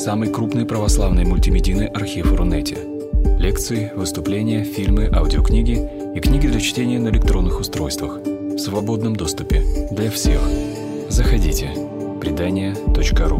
самый крупный православный мультимедийный архив в Рунете. Лекции, выступления, фильмы, аудиокниги и книги для чтения на электронных устройствах в свободном доступе для всех. Заходите. Предания.ру.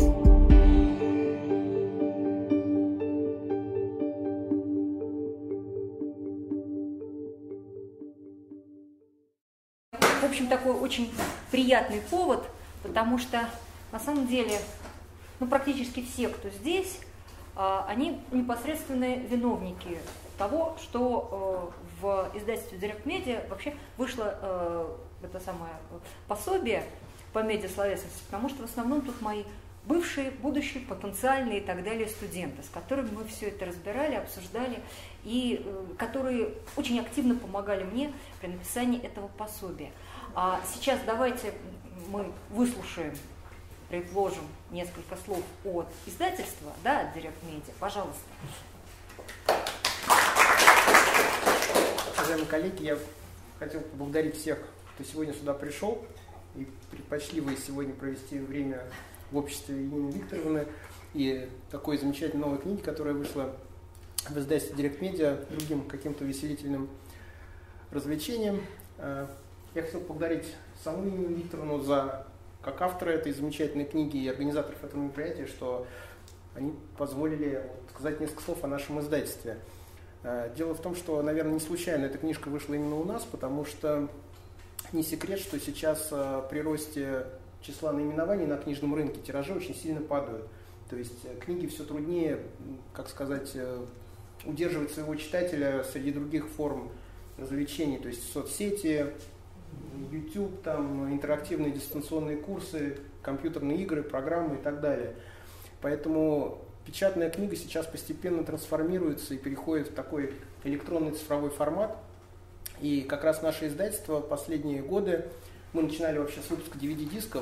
В общем, такой очень приятный повод, потому что на самом деле практически все, кто здесь, они непосредственные виновники того, что в издательстве Direct Media вообще вышло это самое пособие по медиасловесности, потому что в основном тут мои бывшие, будущие, потенциальные и так далее студенты, с которыми мы все это разбирали, обсуждали, и которые очень активно помогали мне при написании этого пособия. А сейчас давайте мы выслушаем, предложим несколько слов от издательства, да, от Direct Media. Пожалуйста. Уважаемые коллеги, я хотел поблагодарить всех, кто сегодня сюда пришел, и предпочли вы сегодня провести время в обществе Елены Викторовны и такой замечательной новой книги, которая вышла в издательстве Direct Media, другим каким-то веселительным развлечением. Я хотел поблагодарить саму Елену Викторовну как автора этой замечательной книги и организаторов этого мероприятия, что они позволили сказать несколько слов о нашем издательстве. Дело в том, что, наверное, не случайно эта книжка вышла именно у нас, потому что не секрет, что сейчас при росте числа наименований на книжном рынке тиражи очень сильно падают. То есть книги все труднее, как сказать, удерживать своего читателя среди других форм развлечений, то есть соцсети, YouTube, там, интерактивные дистанционные курсы, компьютерные игры, программы и так далее. Поэтому печатная книга сейчас постепенно трансформируется и переходит в такой электронный цифровой формат. И как раз наше издательство последние годы, мы начинали вообще с выпуска DVD-дисков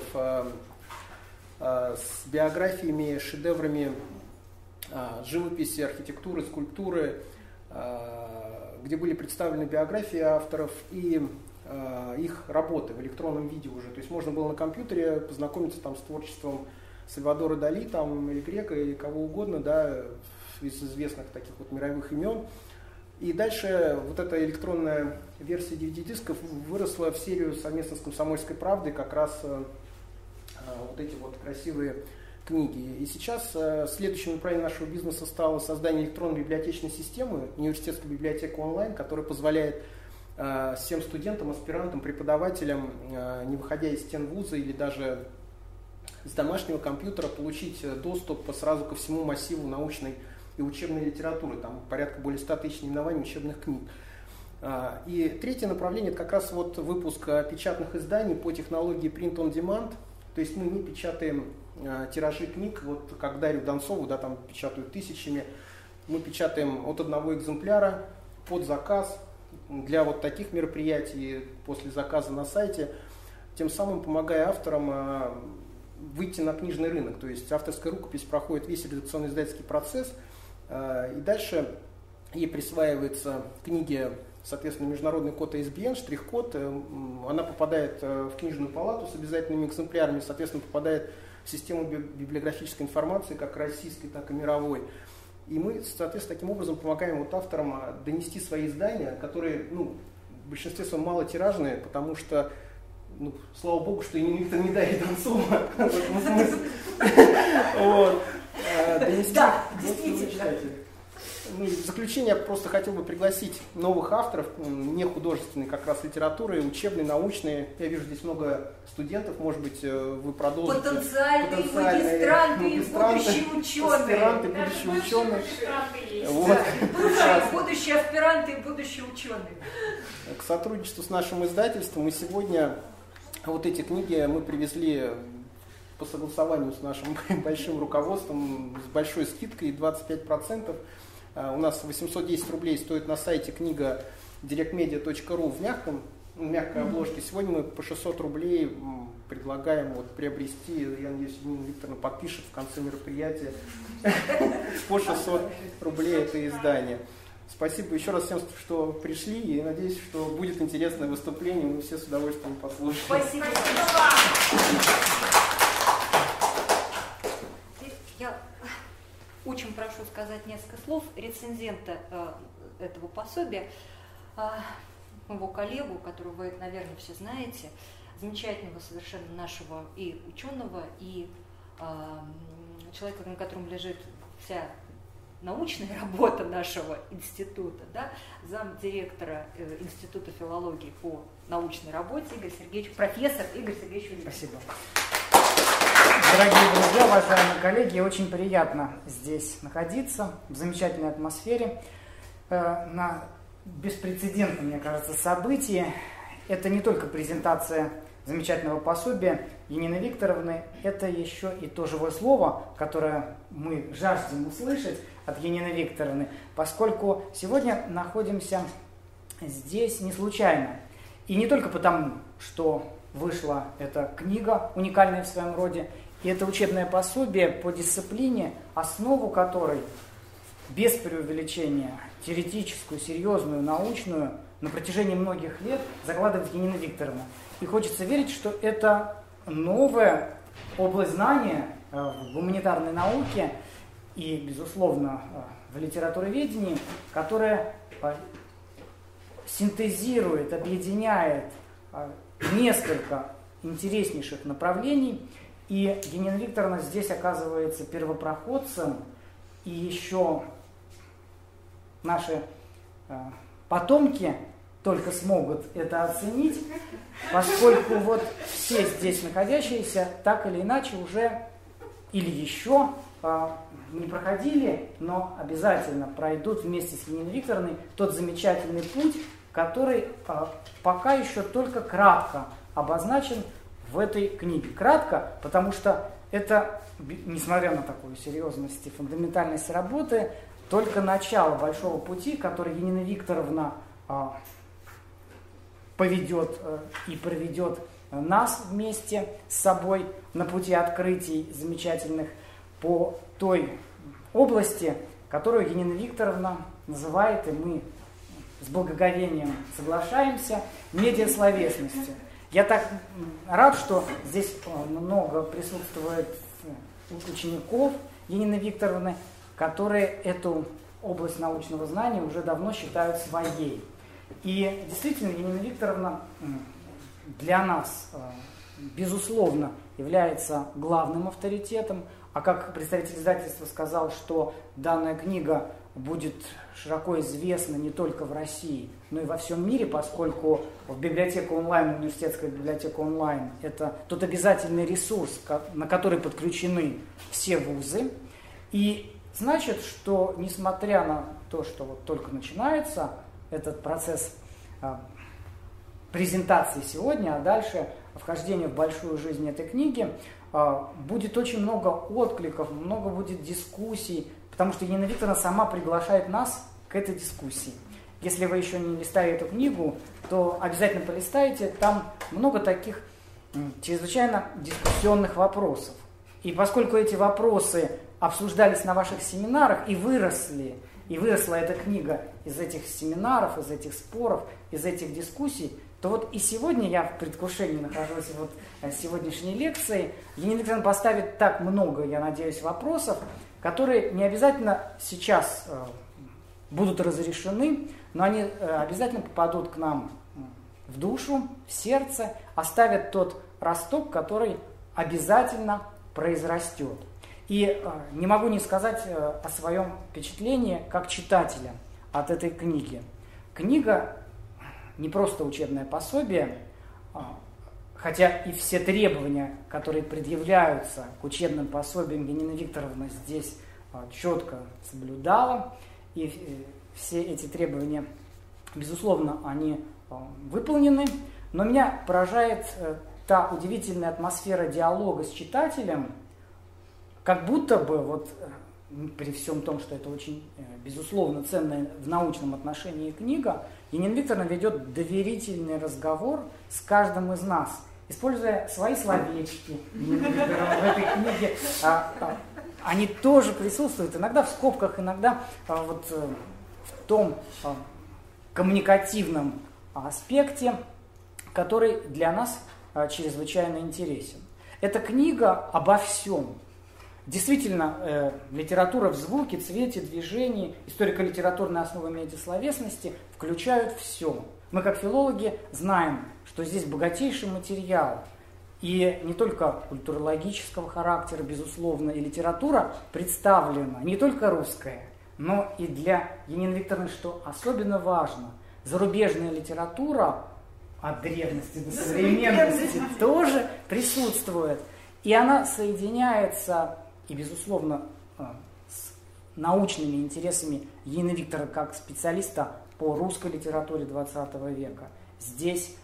с биографиями, шедеврами живописи, архитектуры, скульптуры, где были представлены биографии авторов и их работы в электронном виде уже. То есть можно было на компьютере познакомиться там с творчеством Сальвадора Дали, там, или Грека, или кого угодно, да, из известных таких вот мировых имен. И дальше вот эта электронная версия DVD-дисков выросла в серию совместно с «Комсомольской правдой», как раз вот эти вот красивые книги. И сейчас следующим направлением нашего бизнеса стало создание электронной библиотечной системы, университетской библиотеки онлайн, которая позволяет всем студентам, аспирантам, преподавателям, не выходя из стен вуза или даже с домашнего компьютера, получить доступ сразу ко всему массиву научной и учебной литературы. Там порядка более 100 тысяч наименований учебных книг. И третье направление – это как раз вот выпуск печатных изданий по технологии Print on Demand. То есть мы не печатаем тиражи книг, вот как Дарью Донцову, да, там печатают тысячами. Мы печатаем от одного экземпляра под заказ для вот таких мероприятий после заказа на сайте, тем самым помогая авторам выйти на книжный рынок. То есть авторская рукопись проходит весь редакционный издательский процесс, и дальше ей присваивается книге, соответственно, международный код ISBN, штрих-код, она попадает в книжную палату с обязательными экземплярами, соответственно, попадает в систему библиографической информации, как российской, так и мировой. И мы, соответственно, таким образом помогаем вот авторам донести свои издания, которые, в большинстве своем малотиражные, потому что, слава богу, что именно не Дарья Донцова. Да, действительно. В заключение я просто хотел бы пригласить новых авторов, не художественной как раз литературы, учебной, научной. Я вижу здесь много студентов, может быть, вы продолжите. Потенциальные магистранты и будущие ученые. Аспиранты, будущие ученые. Вот. Будущие аспиранты и будущие ученые. К сотрудничеству с нашим издательством мы сегодня вот эти книги мы привезли по согласованию с нашим большим руководством с большой скидкой 25%. У нас 810 рублей стоит на сайте книга directmedia.ru в мягкой обложке. Сегодня мы по 600 рублей предлагаем приобрести. Я надеюсь, Елена Викторовна подпишет в конце мероприятия по 600 рублей это издание. Спасибо еще раз всем, что пришли, и надеюсь, что будет интересное выступление. Мы все с удовольствием послушаем. Спасибо. Я прошу сказать несколько слов рецензента этого пособия, моего коллегу, которого вы, наверное, все знаете, замечательного совершенно нашего и ученого, и человека, на котором лежит вся научная работа нашего института, да, замдиректора Института филологии по научной работе Игорь Сергеевич, профессор Игорь Сергеевич Ульянов. Спасибо. Дорогие друзья, уважаемые коллеги, очень приятно здесь находиться, в замечательной атмосфере, на беспрецедентном, мне кажется, событии. Это не только презентация замечательного пособия Янины Викторовны, это еще и то живое слово, которое мы жаждем услышать от Янины Викторовны, поскольку сегодня находимся здесь не случайно. И не только потому, что вышла эта книга, уникальная в своем роде, и это учебное пособие по дисциплине, основу которой, без преувеличения, теоретическую, серьезную, научную, на протяжении многих лет закладывает Янина Викторовна. И хочется верить, что это новая область знания в гуманитарной науке и, безусловно, в литературоведении, которая синтезирует, объединяет несколько интереснейших направлений. И Янина Викторовна здесь оказывается первопроходцем, и еще наши потомки только смогут это оценить, поскольку вот все здесь находящиеся так или иначе уже или еще не проходили, но обязательно пройдут вместе с Яниной Викторовной тот замечательный путь, который пока еще только кратко обозначен в этой книге. Кратко, потому что это, несмотря на такую серьезность и фундаментальность работы, только начало большого пути, который Янина Викторовна поведет и проведет нас вместе с собой на пути открытий замечательных по той области, которую Янина Викторовна называет, и мы с благоговением соглашаемся, медиасловесностью. Я так рад, что здесь много присутствует учеников Янины Викторовны, которые эту область научного знания уже давно считают своей. И действительно, Янина Викторовна для нас, безусловно, является главным авторитетом. А как представитель издательства сказал, что данная книга будет широко известна не только в России, но и во всем мире, поскольку в библиотеку онлайн, университетская библиотека онлайн, это тот обязательный ресурс, на который подключены все вузы. И значит, что несмотря на то, что вот только начинается этот процесс презентации сегодня, а дальше вхождение в большую жизнь этой книги, будет очень много откликов, много будет дискуссий, потому что Янина Викторовна сама приглашает нас к этой дискуссии. Если вы еще не листали эту книгу, то обязательно полистайте, там много таких чрезвычайно дискуссионных вопросов. И поскольку эти вопросы обсуждались на ваших семинарах и выросла эта книга из этих семинаров, из этих споров, из этих дискуссий, то вот и сегодня я в предвкушении нахожусь вот сегодняшней лекции. Янина Викторовна поставит так много, я надеюсь, вопросов, которые не обязательно сейчас будут разрешены, но они обязательно попадут к нам в душу, в сердце, оставят тот росток, который обязательно произрастет. И не могу не сказать о своем впечатлении как читателя от этой книги. Книга не просто учебное пособие, хотя и все требования, которые предъявляются к учебным пособиям, Янина Викторовна здесь четко соблюдала. И все эти требования, безусловно, они выполнены. Но меня поражает та удивительная атмосфера диалога с читателем, как будто бы, вот при всем том, что это очень, безусловно, ценная в научном отношении книга, Янина Викторовна ведет доверительный разговор с каждым из нас, используя свои словечки в этой книге. Они тоже присутствуют, иногда в скобках, иногда вот в том коммуникативном аспекте, который для нас чрезвычайно интересен. Эта книга обо всем. Действительно, литература в звуке, цвете, движении, историко-литературные основы медиасловесности включают все. Мы, как филологи, знаем, что здесь богатейший материал. И не только культурологического характера, безусловно, и литература представлена, не только русская, но и для Янины Викторовны, что особенно важно, зарубежная литература от древности до современности тоже присутствует. И она соединяется, и, безусловно, с научными интересами Янины Викторовны как специалиста по русской литературе XX века. Здесь,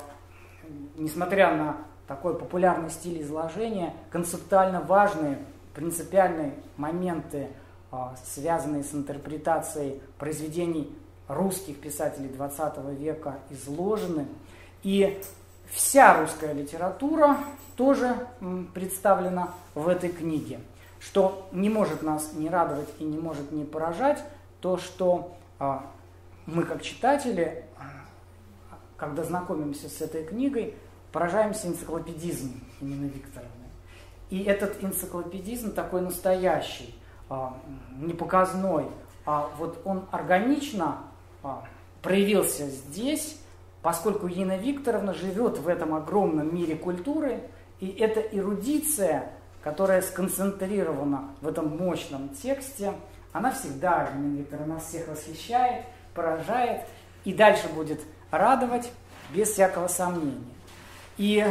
несмотря на такой популярный стиль изложения, концептуально важные, принципиальные моменты, связанные с интерпретацией произведений русских писателей XX века, изложены. И вся русская литература тоже представлена в этой книге. Что не может нас не радовать и не может не поражать, то, что мы, как читатели, когда знакомимся с этой книгой, поражаемся энциклопедизмом Янины Викторовны. И этот энциклопедизм такой настоящий, не показной, а вот он органично проявился здесь, поскольку Янина Викторовна живет в этом огромном мире культуры, и эта эрудиция, которая сконцентрирована в этом мощном тексте, она всегда, Янина Викторовна, нас всех восхищает, поражает и дальше будет радовать без всякого сомнения. И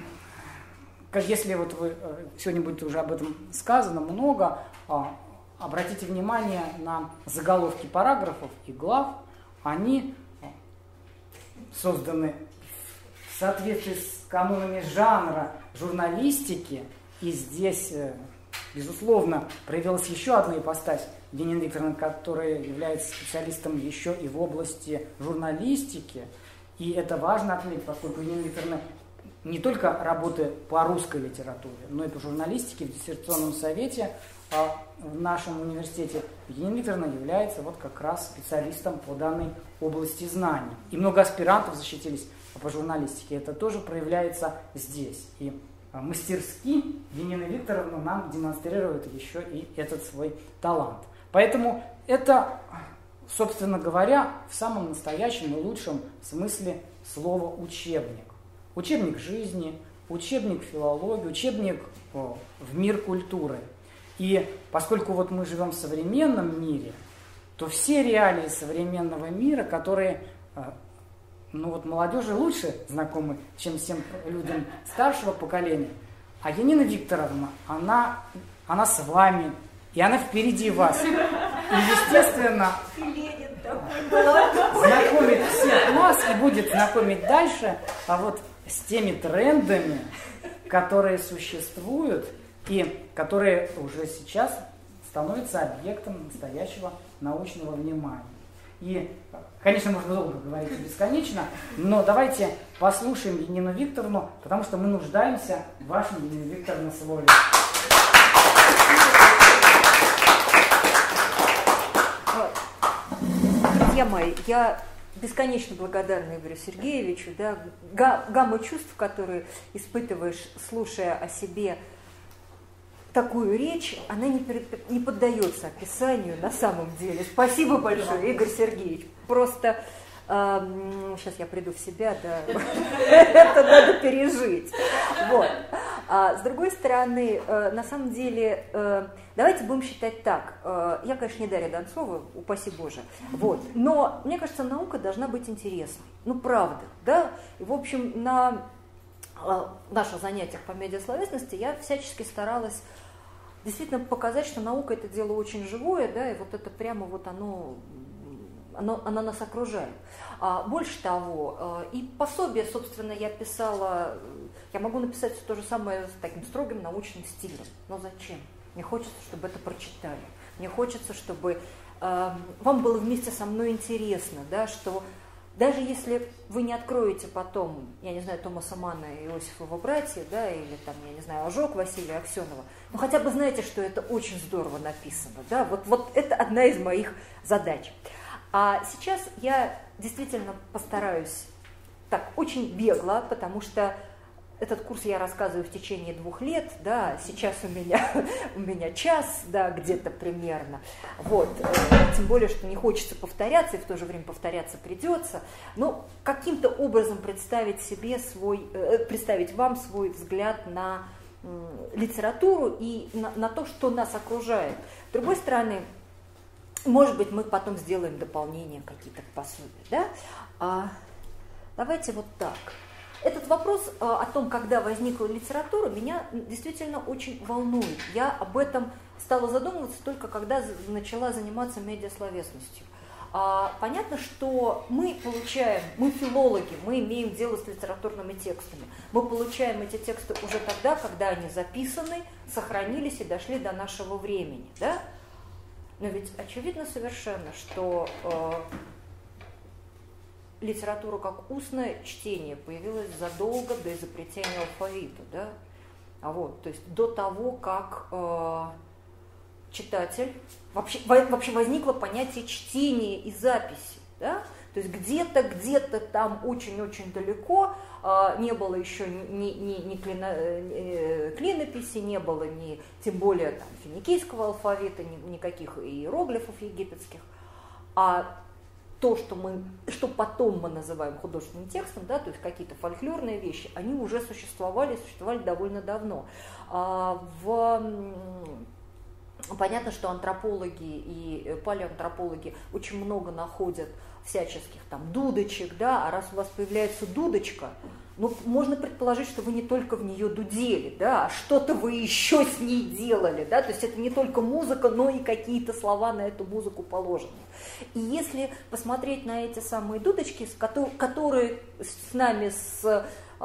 как если вот вы сегодня будет уже об этом сказано много, обратите внимание на заголовки параграфов и глав, они созданы в соответствии с канонами жанра журналистики, и здесь, безусловно, проявилась еще одна ипостась Янины Викторовны, которая является специалистом еще и в области журналистики, и это важно отметить, поскольку Янина Викторовна не только работает по русской литературе, но и по журналистике в диссертационном совете в нашем университете. Янина Викторовна является вот как раз специалистом по данной области знаний. И много аспирантов защитились по журналистике. Это тоже проявляется здесь. И мастерски Янина Викторовна нам демонстрирует еще и этот свой талант. Поэтому это, собственно говоря, в самом настоящем и лучшем смысле слова учебник. Учебник жизни, учебник филологии, учебник в мир культуры. И поскольку вот мы живем в современном мире, то все реалии современного мира, которые молодежи лучше знакомы, чем всем людям старшего поколения, а Янина Викторовна, она с вами, и она впереди вас. И, естественно, знакомит всех нас и будет знакомить дальше, а вот с теми трендами, которые существуют и которые уже сейчас становятся объектом настоящего научного внимания. И, конечно, можно долго говорить бесконечно, но давайте послушаем Янину Викторовну, потому что мы нуждаемся в вашем, Янина Викторовна, слове. Друзья мои, я бесконечно благодарна Игорю Сергеевичу. Да, гамма чувств, которые испытываешь, слушая о себе такую речь, она не поддается описанию на самом деле. Спасибо большое, Игорь Сергеевич. Просто сейчас я приду в себя, да, это надо пережить. Вот. А с другой стороны, на самом деле, давайте будем считать так. Я, конечно, не Дарья Донцова, упаси Боже. Вот. Но мне кажется, наука должна быть интересной. Ну, правда, да? И, в общем, на наших занятиях по медиасловесности я всячески старалась действительно показать, что наука – это дело очень живое, да, и вот это прямо вот оно нас окружает. Больше того, и пособие, собственно, я писала, я могу написать то же самое с таким строгим научным стилем. Но зачем? Мне хочется, чтобы это прочитали. Мне хочется, чтобы вам было вместе со мной интересно, да, что даже если вы не откроете потом, я не знаю, Томаса Манна и Иосифова братья, да, или там, я не знаю, Ожог Василия Аксенова, но хотя бы знаете, что это очень здорово написано, да, вот это одна из моих задач. А сейчас я действительно постараюсь так очень бегло, потому что этот курс я рассказываю в течение 2 лет, да, сейчас у меня час, да, где-то примерно, вот, тем более, что не хочется повторяться, и в то же время повторяться придется, но каким-то образом представить вам свой взгляд на литературу и на то, что нас окружает. С другой стороны, может быть, мы потом сделаем дополнения какие-то к пособию, да? Давайте вот так. Этот вопрос о том, когда возникла литература, меня действительно очень волнует. Я об этом стала задумываться только когда начала заниматься медиасловесностью. Понятно, что мы филологи, мы имеем дело с литературными текстами. Мы получаем эти тексты уже тогда, когда они записаны, сохранились и дошли до нашего времени. Да? Но ведь очевидно совершенно, что литература как устное чтение появилась задолго до изобретения алфавита, да? То есть до того, как читатель, вообще возникло понятие чтения и записи, да? То есть где-то там очень-очень далеко не было еще ни клинописи, не было тем более там, финикийского алфавита, никаких иероглифов египетских, а то, что потом мы называем художественным текстом, да, то есть какие-то фольклорные вещи, они уже существовали довольно давно. Понятно, что антропологи и палеоантропологи очень много находят всяческих там дудочек, да, а раз у вас появляется дудочка, можно предположить, что вы не только в нее дудели, да, а что-то вы еще с ней делали, да, то есть это не только музыка, но и какие-то слова на эту музыку положены. И если посмотреть на эти самые дудочки, которые с нами с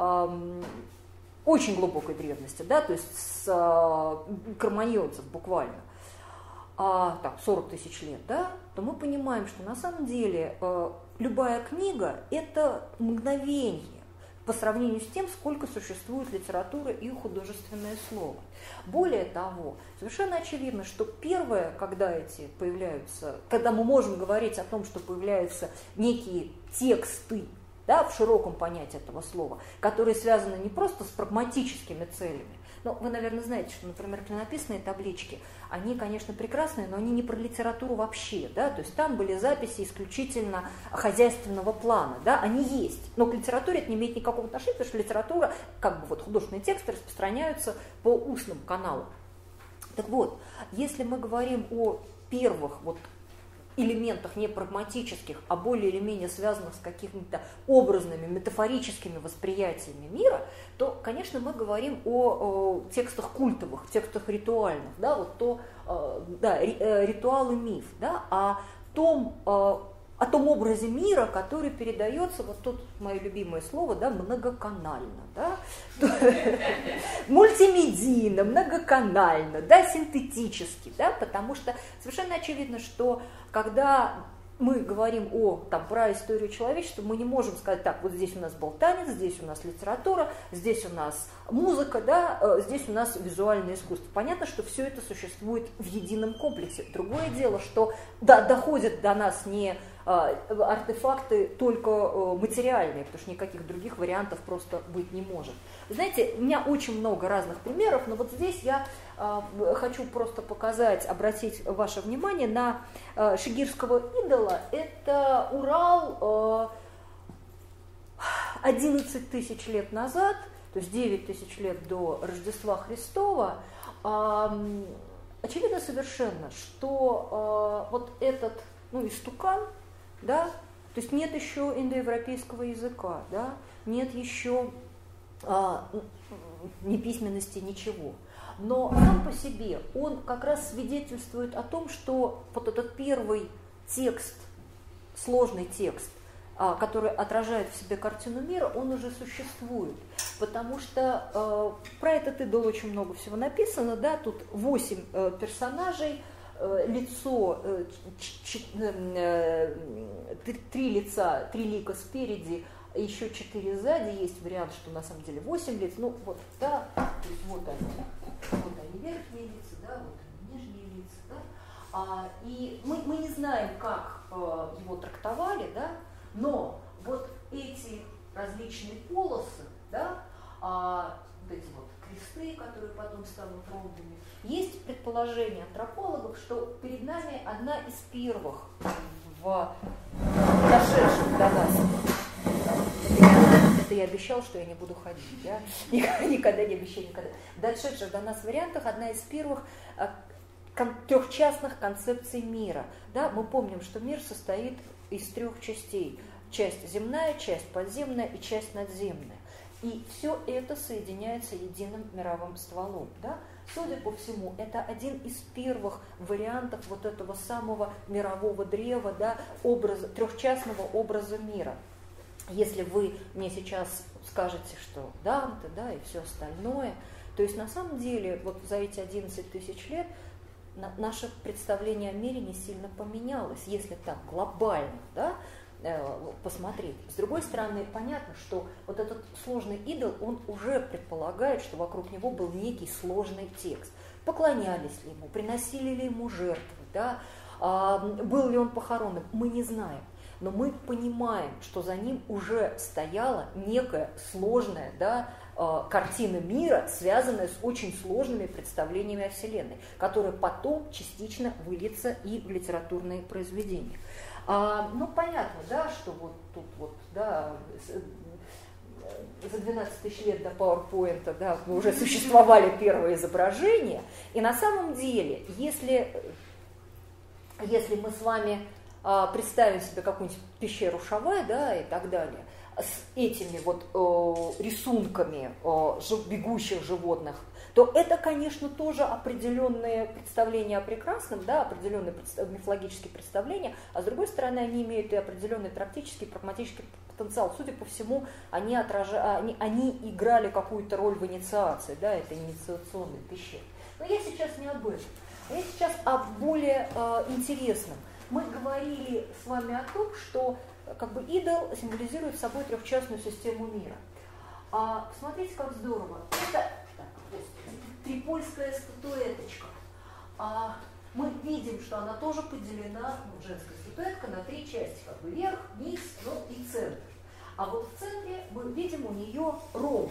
очень глубокой древности, да, то есть с кроманьонцев буквально, 40 тысяч лет, да, то мы понимаем, что на самом деле любая книга – это мгновение по сравнению с тем, сколько существует литература и художественное слово. Более того, совершенно очевидно, что первое, когда мы можем говорить о том, что появляются некие тексты, да, в широком понятии этого слова, которые связаны не просто с прагматическими целями. Но вы, наверное, знаете, что, например, клинописные таблички, они, конечно, прекрасные, но они не про литературу вообще, да, то есть там были записи исключительно хозяйственного плана, да, они есть, но к литературе это не имеет никакого отношения, потому что литература, художественные тексты распространяются по устным каналам. Так вот, если мы говорим о первых элементах не прагматических, а более или менее связанных с какими-то образными, метафорическими восприятиями мира, то, конечно, мы говорим о текстах культовых, текстах ритуальных, да, ритуал и миф, да, о том образе мира, который передается, тут мое любимое слово, да, многоканально, да, мультимедийно, многоканально, да, синтетически, да, потому что совершенно очевидно, что когда мы говорим про историю человечества, мы не можем сказать, так, вот здесь у нас был танец, здесь у нас литература, здесь у нас музыка, да, здесь у нас визуальное искусство. Понятно, что все это существует в едином комплексе. Другое дело, что доходят до нас не артефакты только материальные, потому что никаких других вариантов просто быть не может. Вы знаете, у меня очень много разных примеров, но вот здесь я хочу просто обратить ваше внимание на шигирского идола. Это Урал 11 тысяч лет назад, то есть 9 тысяч лет до Рождества Христова. Очевидно совершенно, что этот истукан, да, то есть нет еще индоевропейского языка, да, нет еще ни письменности, ничего. Но сам по себе он как раз свидетельствует о том, что вот этот первый текст, сложный текст, который отражает в себе картину мира, он уже существует. Потому что про этот идол очень много всего написано, да, тут 8 персонажей, лицо, 3 лица, 3 лика спереди, еще 4 сзади, есть вариант, что на самом деле 8 лиц, да, то есть вот они верхние лица, да, вот они нижние лица, да, и мы не знаем, как его трактовали, да, но вот эти различные полосы, да, которые потом станут ромбами. Есть предположение антропологов, что перед нами одна из первых дошедших до нас. Это я обещал, что я не буду ходить, да? Никогда не обещаю, никогда. Дошедших до нас вариантах одна из первых трехчастных концепций мира. Да? Мы помним, что мир состоит из трех частей. Часть земная, часть подземная и часть надземная. И все это соединяется единым мировым стволом. Да? Судя по всему, это один из первых вариантов вот этого самого мирового древа, да, трехчастного образа мира. Если вы мне сейчас скажете, что Данте, да, и все остальное, то есть на самом деле вот за эти 11 тысяч лет наше представление о мире не сильно поменялось, если так глобально, да, посмотреть. С другой стороны, понятно, что вот этот сложный идол, он уже предполагает, что вокруг него был некий сложный текст. Поклонялись ли ему, приносили ли ему жертвы, да? Был ли он похоронен, мы не знаем. Но мы понимаем, что за ним уже стояла некая сложная, да, картина мира, связанная с очень сложными представлениями о Вселенной, которая потом частично выльется и в литературные произведения. Ну, понятно, да, что вот тут вот, да, за 12 тысяч лет до PowerPoint, да, уже существовали первые изображения, и на самом деле, если мы с вами представим себе какую-нибудь пещеру Шаве, да, и так далее, с этими вот рисунками бегущих животных, то это, конечно, тоже определенные представления о прекрасном, да, определенные мифологические представления, а с другой стороны, они имеют и определенный практический, прагматический потенциал. Судя по всему, они играли какую-то роль в инициации, да, это инициационный пещер. Но я сейчас не об этом, я сейчас о более интересном. Мы говорили с вами о том, что как бы идол символизирует собой трехчастную систему мира. Посмотрите, как здорово. Это трипольская статуэточка. Мы видим, что она тоже поделена, женская статуэтка, на три части. Как бы верх, низ, ну и центр. А вот в центре мы видим у нее ромб.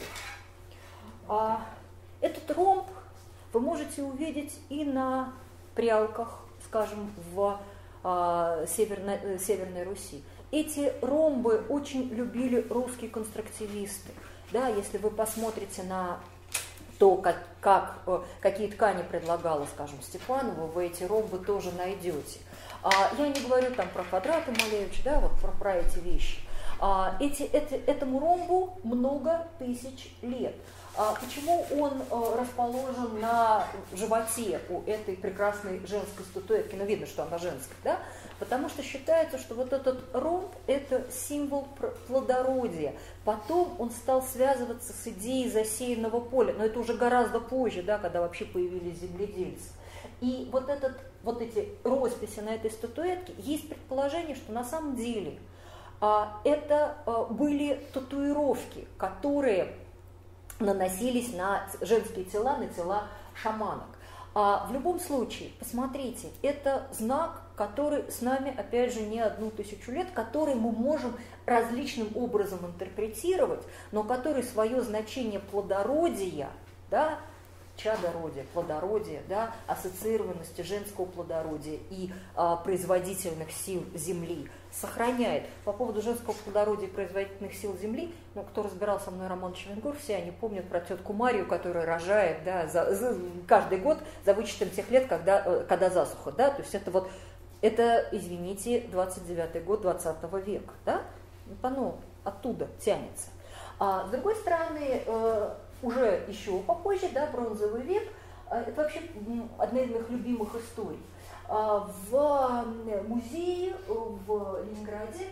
Этот ромб вы можете увидеть и на прялках, скажем, в Северной Руси. Эти ромбы очень любили русские конструктивисты. Да, если вы посмотрите на то, какие ткани предлагала, скажем, Степанова, вы эти ромбы тоже найдете. Я не говорю там про квадраты Малевича, да, вот про эти вещи. Этому ромбу много тысяч лет. Почему он расположен на животе у этой прекрасной женской статуэтки? Ну, видно, что она женская, да? Потому что считается, что вот этот ромб – это символ плодородия. Потом он стал связываться с идеей засеянного поля, но это уже гораздо позже, да, когда вообще появились земледельцы. И вот эти росписи на этой статуэтке, есть предположение, что на самом деле это были татуировки, которые наносились на женские тела, на тела шаманок. В любом случае, посмотрите, это знак, который с нами, опять же, не 1000 лет, который мы можем различным образом интерпретировать, но который свое значение плодородия, да, чадородия, плодородия, да, ассоциированности женского плодородия и производительных сил Земли сохраняет. По поводу женского плодородия и производительных сил Земли, ну, кто разбирал со мной Роман Чевенгур, все они помнят про тетку Марию, которая рожает, да, каждый год за вычетом тех лет, когда засуха, да, то есть это, извините, 29-й год 20 века, да, оно оттуда тянется. С другой стороны, уже еще попозже, да, бронзовый век, это вообще одна из моих любимых историй. В музее в Ленинграде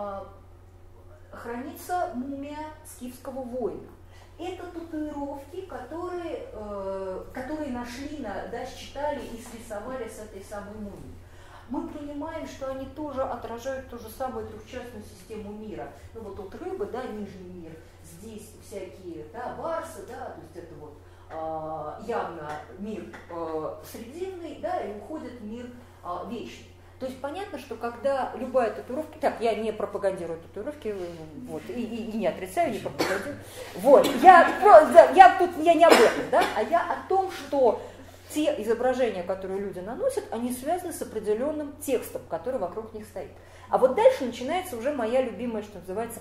хранится мумия скифского воина. Это татуировки, которые нашли, да, считали и срисовали с этой самой мумией. Мы понимаем, что они тоже отражают ту же самую трехчастную систему мира. Ну вот тут рыба, да, нижний мир, здесь всякие, да, барсы, да, то есть это вот явно мир срединный, да, и уходит мир вечный. То есть понятно, что когда любая татуировка, так, я не пропагандирую татуировки, вот, и не отрицаю, не пропагандирую, вот, я не об этом, да, а я о том, что те изображения, которые люди наносят, они связаны с определенным текстом, который вокруг них стоит. А вот дальше начинается уже моя любимая, что называется,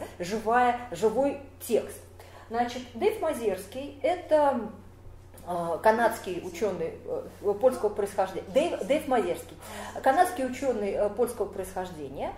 живой текст. Значит, Дэйв Мазерский – это канадский ученый польского происхождения. Дэйв Мазерский, канадский ученый польского происхождения.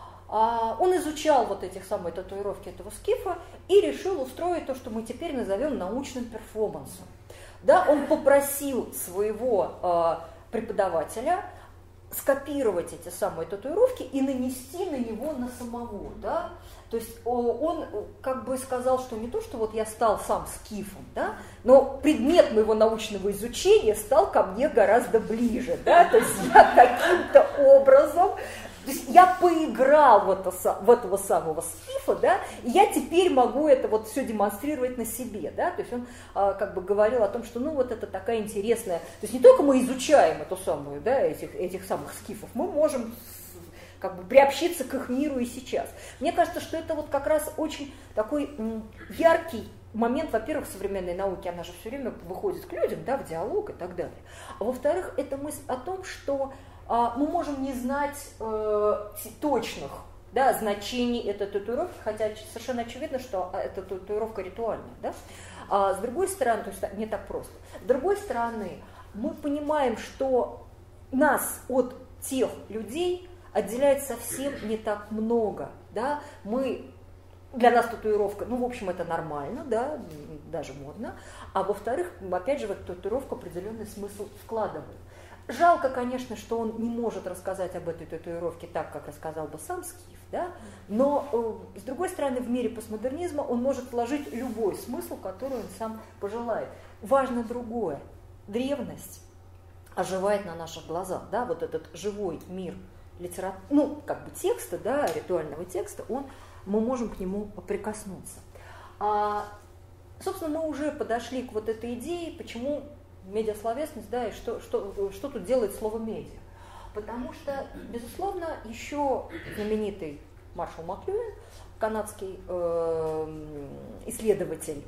Он изучал вот этих самые татуировки этого скифа и решил устроить то, что мы теперь назовем научным перформансом. Да, он попросил своего преподавателя скопировать эти самые татуировки и нанести на него на самого, да. То есть он как бы сказал, что не то, что вот я стал сам скифом, да, но предмет моего научного изучения стал ко мне гораздо ближе, да, то есть я каким-то образом, то есть я поиграл в этого самого скифа, да, и я теперь могу это вот все демонстрировать на себе, да, то есть он как бы говорил о том, что ну вот это такая интересная, то есть не только мы изучаем эту самую, да, этих самых скифов, мы можем как бы приобщиться к их миру и сейчас. Мне кажется, что это вот как раз очень такой яркий момент, во-первых, современной науки, она же все время выходит к людям, да, в диалог и так далее. А во-вторых, это мысль о том, что мы можем не знать точных, да, значений этой татуировки, хотя совершенно очевидно, что эта татуировка ритуальная, да. А с другой стороны, то есть не так просто. С другой стороны, мы понимаем, что нас от тех людей отделяет совсем не так много, да, для нас татуировка, ну, в общем, это нормально, да, даже модно, а во-вторых, опять же, в эту татуировку определенный смысл вкладывает. Жалко, конечно, что он не может рассказать об этой татуировке так, как рассказал бы сам скиф, да, но, с другой стороны, в мире постмодернизма он может вложить любой смысл, который он сам пожелает. Важно другое. Древность оживает на наших глазах, да, вот этот живой мир ну, как бы текста, да, ритуального текста, мы можем к нему прикоснуться. Собственно, мы уже подошли к вот этой идее, почему медиасловесность, да, и что тут делает слово медиа. Потому что, безусловно, еще знаменитый Маршалл Маклюэн, канадский исследователь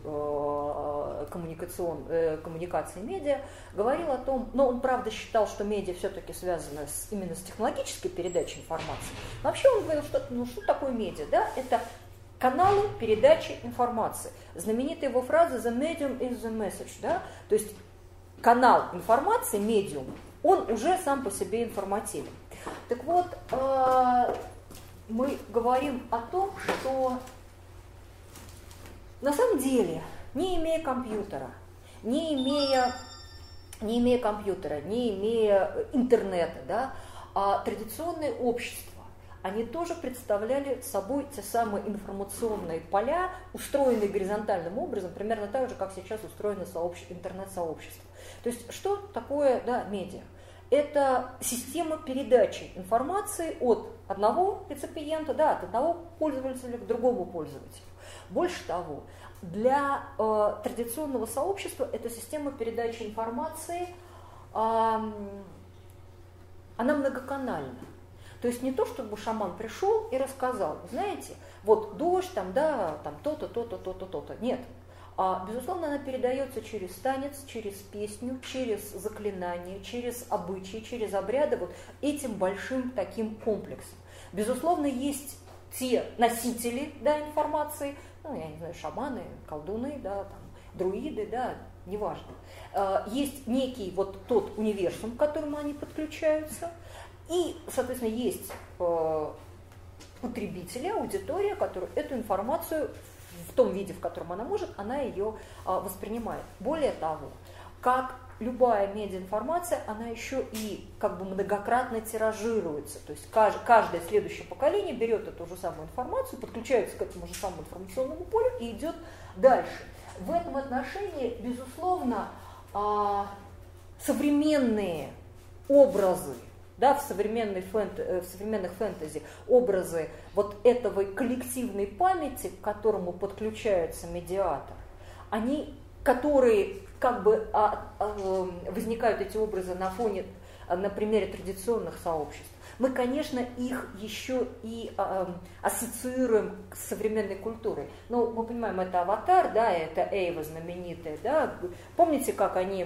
коммуникации медиа, говорил о том, но он, правда, считал, что медиа все-таки связано именно с технологической передачей информации. Вообще он говорил, что что такое медиа? Да? Это каналы передачи информации. Знаменитая его фраза «the medium is the message». Да? То есть канал информации, медиум, он уже сам по себе информативен. Так вот, мы говорим о том, что на самом деле, не имея компьютера, не имея интернета, да, традиционные общества, они тоже представляли собой те самые информационные поля, устроенные горизонтальным образом, примерно так же, как сейчас устроено интернет-сообщество. То есть, что такое, да, медиа? Это система передачи информации от одного реципиента, да, от одного пользователя к другому пользователю. Больше того, для традиционного сообщества эта система передачи информации, она многоканальна. То есть не то, чтобы шаман пришел и рассказал, знаете, вот дождь, там, да, там то-то, то-то, то-то, то-то. Нет. Безусловно, она передается через танец, через песню, через заклинание, через обычаи, через обряды, вот этим большим таким комплексом. Безусловно, есть те носители, да, информации, ну, я не знаю, шаманы, колдуны, да, там, друиды, да, неважно. Есть некий вот тот универсум, к которому они подключаются, и, соответственно, есть потребители, аудитория, которая эту информацию в том виде, в котором она может, она ее воспринимает. Более того, как любая медиаинформация, она еще и как бы многократно тиражируется. То есть каждое следующее поколение берет эту же самую информацию, подключается к этому же самому информационному полю и идет дальше. В этом отношении, безусловно, современные образы, да, в современных фэнтези образы вот этой коллективной памяти, к которому подключается медиатор, которые как бы возникают эти образы на примере традиционных сообществ. мы, конечно, их еще и ассоциируем с современной культурой. Ну, мы понимаем, это «Аватар», да, это Эйва знаменитая, да. Помните, как они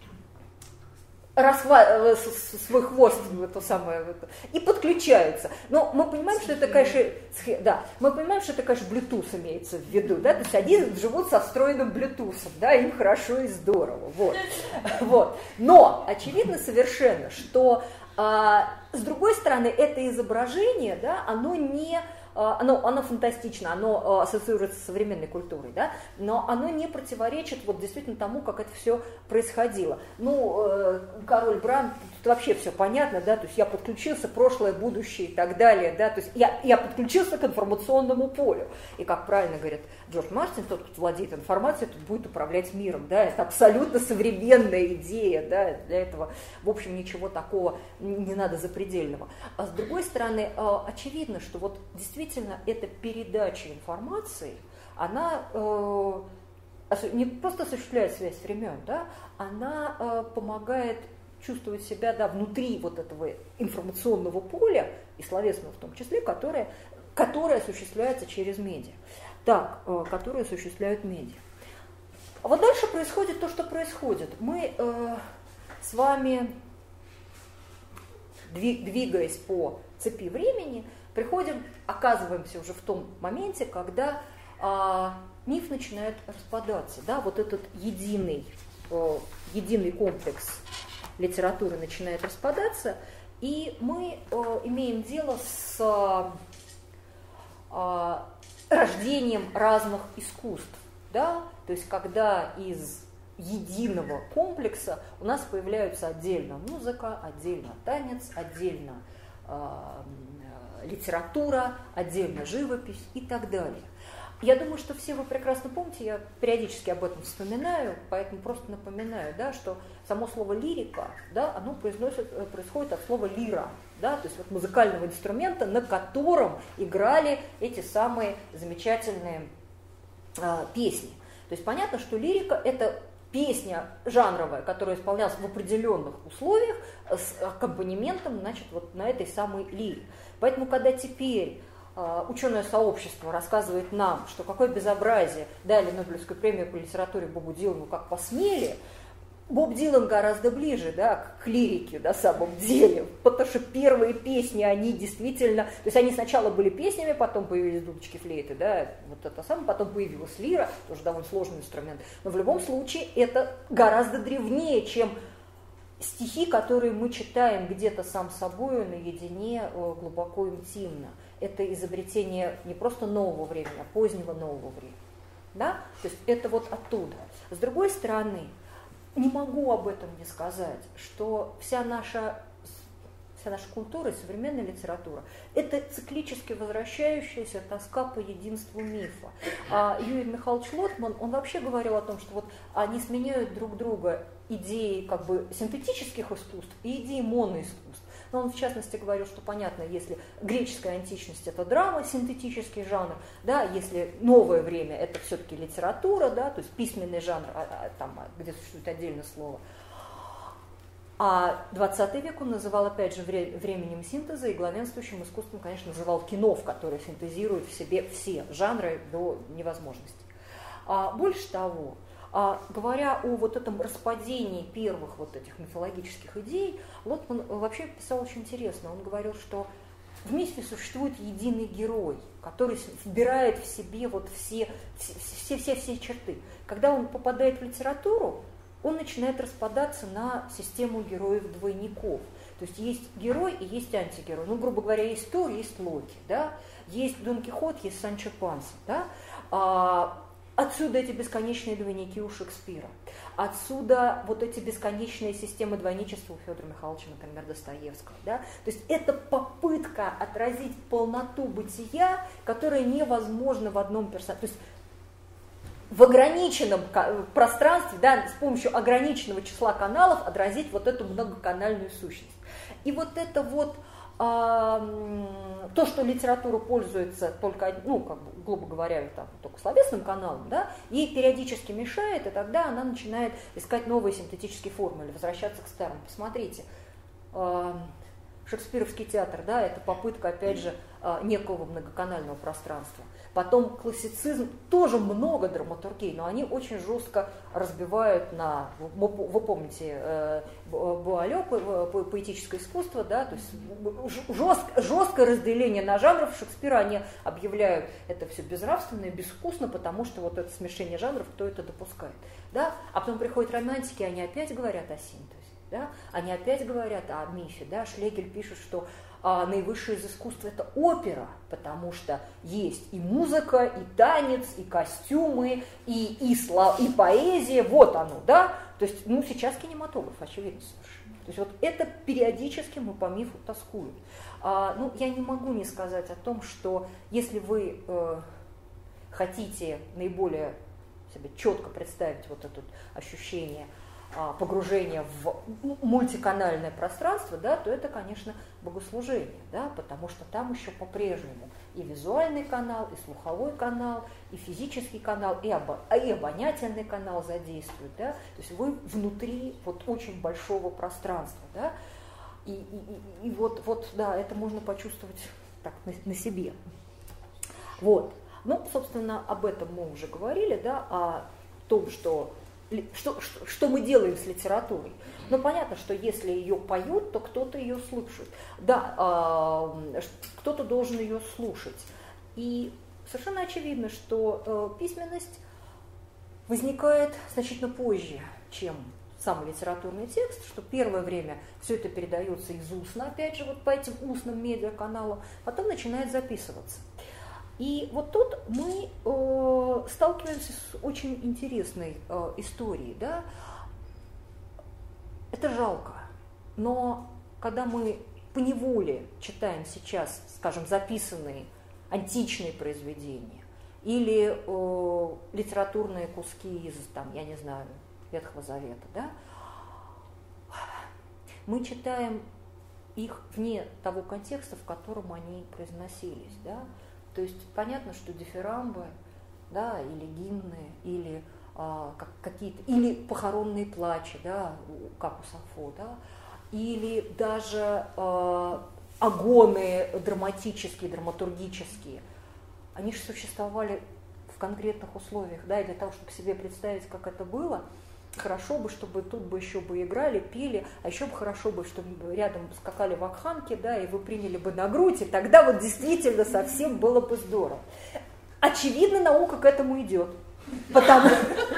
свой хвост в это самое, и подключаются. Но мы понимаем, что это, конечно, да, мы понимаем, что это, конечно, Bluetooth имеется в виду, да, то есть они живут со встроенным Bluetooth, да, им хорошо и здорово, вот. Но очевидно совершенно, что с другой стороны, это изображение, да, оно фантастично, оно ассоциируется с современной культурой, да, но оно не противоречит вот действительно тому, как это все происходило. Ну, король Бран, тут вообще все понятно, да, то есть я подключился, прошлое, будущее и так далее, да, то есть я подключился к информационному полю. И как правильно говорит Джордж Мартин, тот, кто владеет информацией, тот будет управлять миром, да, это абсолютно современная идея, да, для этого, в общем, ничего такого не надо запредельного. А с другой стороны, очевидно, что вот действительно эта передача информации, она не просто осуществляет связь времен, да, она помогает чувствовать себя, да, внутри вот этого информационного поля, и словесного в том числе, которое осуществляется через медиа. Так, которые осуществляют медиа. А вот дальше происходит то, что происходит. Мы с вами, двигаясь по цепи времени, оказываемся уже в том моменте, когда миф начинает распадаться, да, вот этот единый комплекс литературы начинает распадаться, и мы имеем дело с рождением разных искусств, да, то есть когда из единого комплекса у нас появляются отдельно музыка, отдельно танец, отдельно литература, отдельно живопись и так далее. Я думаю, что все вы прекрасно помните, я периодически об этом вспоминаю, поэтому просто напоминаю, да, что само слово лирика, да, оно происходит от слова лира, да, то есть вот музыкального инструмента, на котором играли эти самые замечательные песни. То есть понятно, что лирика – это песня жанровая, которая исполнялась в определенных условиях с аккомпанементом, значит, вот на этой самой лире. Поэтому, когда теперь ученое сообщество рассказывает нам, что какое безобразие, дали Нобелевскую премию по литературе Бобу Дилану, как посмели, Боб Дилан гораздо ближе, да, к лирике на самом деле, потому что первые песни, они действительно, то есть они сначала были песнями, потом появились дудочки, флейты, да, вот это самое, потом появилась лира, тоже довольно сложный инструмент, но в любом случае это гораздо древнее, чем стихи, которые мы читаем где-то сам собой, наедине, глубоко интимно. Это изобретение не просто нового времени, а позднего нового времени. Да? То есть это вот оттуда. С другой стороны, не могу об этом не сказать, что вся наша культура, современная литература – это циклически возвращающаяся тоска по единству мифа. Юрий Михайлович Лотман, он вообще говорил о том, что вот они сменяют друг друга идеи как бы синтетических искусств и идеи моноискусств. Но он, в частности, говорил, что понятно, если греческая античность – это драма, синтетический жанр, да, если новое время – это все-таки литература, да, то есть письменный жанр, там, где существует отдельное слово. А 20 век он называл, опять же, временем синтеза, и главенствующим искусством, конечно, называл кино, в которое синтезирует в себе все жанры до невозможности. Больше того, говоря о вот этом распадении первых вот этих мифологических идей, Лотман вообще писал очень интересно. Он говорил, что в мифе существует единый герой, который вбирает в себе вот все черты. Когда он попадает в литературу, он начинает распадаться на систему героев-двойников. То есть есть герой и есть антигерой. Ну, грубо говоря, есть Тор, есть Локи, да? Есть Дон Кихот, есть Санчо Панса, да? Отсюда эти бесконечные двойники у Шекспира. Отсюда вот эти бесконечные системы двойничества у Федора Михайловича, например, Достоевского. Да? То есть это попытка отразить полноту бытия, которая невозможна в одном персонаже. То есть в ограниченном пространстве, да, с помощью ограниченного числа каналов отразить вот эту многоканальную сущность. И вот это вот то, что литература пользуется только, ну, как бы, грубо говоря, там, только словесным каналом, да, ей периодически мешает, и тогда она начинает искать новые синтетические формы или возвращаться к старым. Посмотрите, Шекспировский театр, да, это попытка, опять же, некого многоканального пространства. Потом классицизм, тоже много драматургий, но они очень жестко разбивают на, вы помните, Буалё, поэтическое искусство, да, то есть жесткое разделение на жанров. Шекспира они объявляют это все безнравственно и безвкусно, потому что вот это смешение жанров, кто это допускает, да, а потом приходят романтики, они опять говорят о синтезе, да, они опять говорят о мифе, да, Шлегель пишет, что наивысшее из искусств – это опера, потому что есть и музыка, и танец, и костюмы, и поэзия, вот оно, да, то есть, ну, сейчас кинематограф, очевидно совершенно. То есть вот это периодически мы по мифу тоскуем. Ну, я не могу не сказать о том, что если вы хотите наиболее себе четко представить вот это ощущение погружения в мультиканальное пространство, да, то это, конечно, богослужение, да, потому что там еще по-прежнему и визуальный канал, и слуховой канал, и физический канал, и обонятельный канал задействует, да, то есть вы внутри вот очень большого пространства, да, и вот, да, это можно почувствовать так на себе. Вот. Ну, собственно, об этом мы уже говорили, да, о том, что мы делаем с литературой. Ну, понятно, что если ее поют, то кто-то ее слышит. Да, кто-то должен ее слушать. И совершенно очевидно, что письменность возникает значительно позже, чем сам литературный текст, что первое время все это передается из устно, опять же, вот по этим устным медиаканалам, потом начинает записываться. И вот тут мы сталкиваемся с очень интересной историей, да. Это жалко, но когда мы поневоле читаем сейчас, скажем, записанные античные произведения или литературные куски из, там, я не знаю, Ветхого Завета, да, мы читаем их вне того контекста, в котором они произносились, да. То есть понятно, что дифирамбы, да, или гимны, или какие-то, или похоронные плачи, да, как у Сафо, да, или даже агоны драматические, драматургические, они же существовали в конкретных условиях, да, и для того, чтобы себе представить, как это было, хорошо бы, чтобы тут бы еще бы играли, пели, а еще бы хорошо бы, чтобы рядом скакали вакханки, да, и вы приняли бы на грудь, и тогда вот действительно совсем было бы здорово. Очевидно, наука к этому идет, потому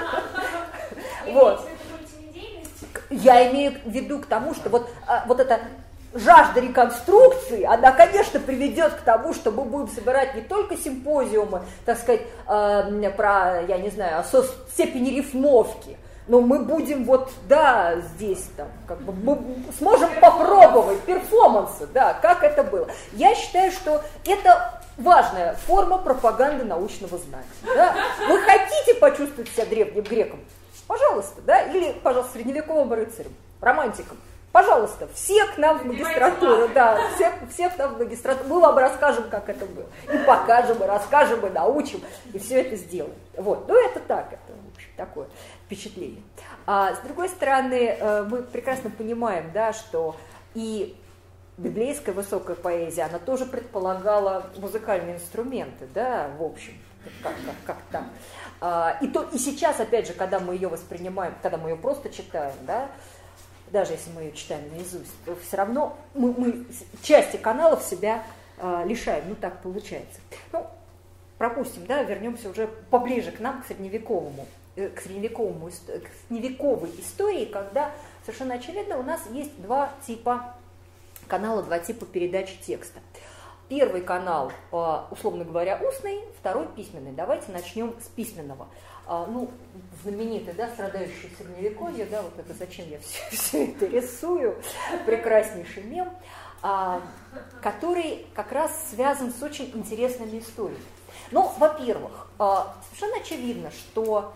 вот. Я имею в виду к тому, что вот эта жажда реконструкции, она, конечно, приведет к тому, что мы будем собирать не только симпозиумы, так сказать, про, я не знаю, степени рифмовки, но мы будем вот, да, здесь там, как бы, мы сможем попробовать перформансы, да, как это было. Я считаю, что это важная форма пропаганды научного знания. Да? Вы хотите почувствовать себя древним греком? Пожалуйста, да, или, пожалуйста, средневековым рыцарем, романтиком. Пожалуйста, все к нам в магистратуру, да, все к нам в магистратуру. Мы вам расскажем, как это было. И покажем, и расскажем, и научим, и все это сделаем. Вот, ну это так, это, в общем, такое впечатление. А с другой стороны, мы прекрасно понимаем, да, что и библейская высокая поэзия, она тоже предполагала музыкальные инструменты, да, в общем, как там. И сейчас, опять же, когда мы ее воспринимаем, когда мы ее просто читаем, да, даже если мы ее читаем наизусть, то все равно мы части каналов себя лишаем, ну так получается. Ну, пропустим, да, вернемся уже поближе к нам, к средневековой истории, когда совершенно очевидно у нас есть два типа канала, два типа передачи текста. Первый канал, условно говоря, устный, второй письменный. Давайте начнем с письменного. Ну, знаменитый, да, страдающий средневековье, да, вот это зачем я все это рисую, прекраснейший мем, который как раз связан с очень интересными историями. Ну, во-первых, совершенно очевидно, что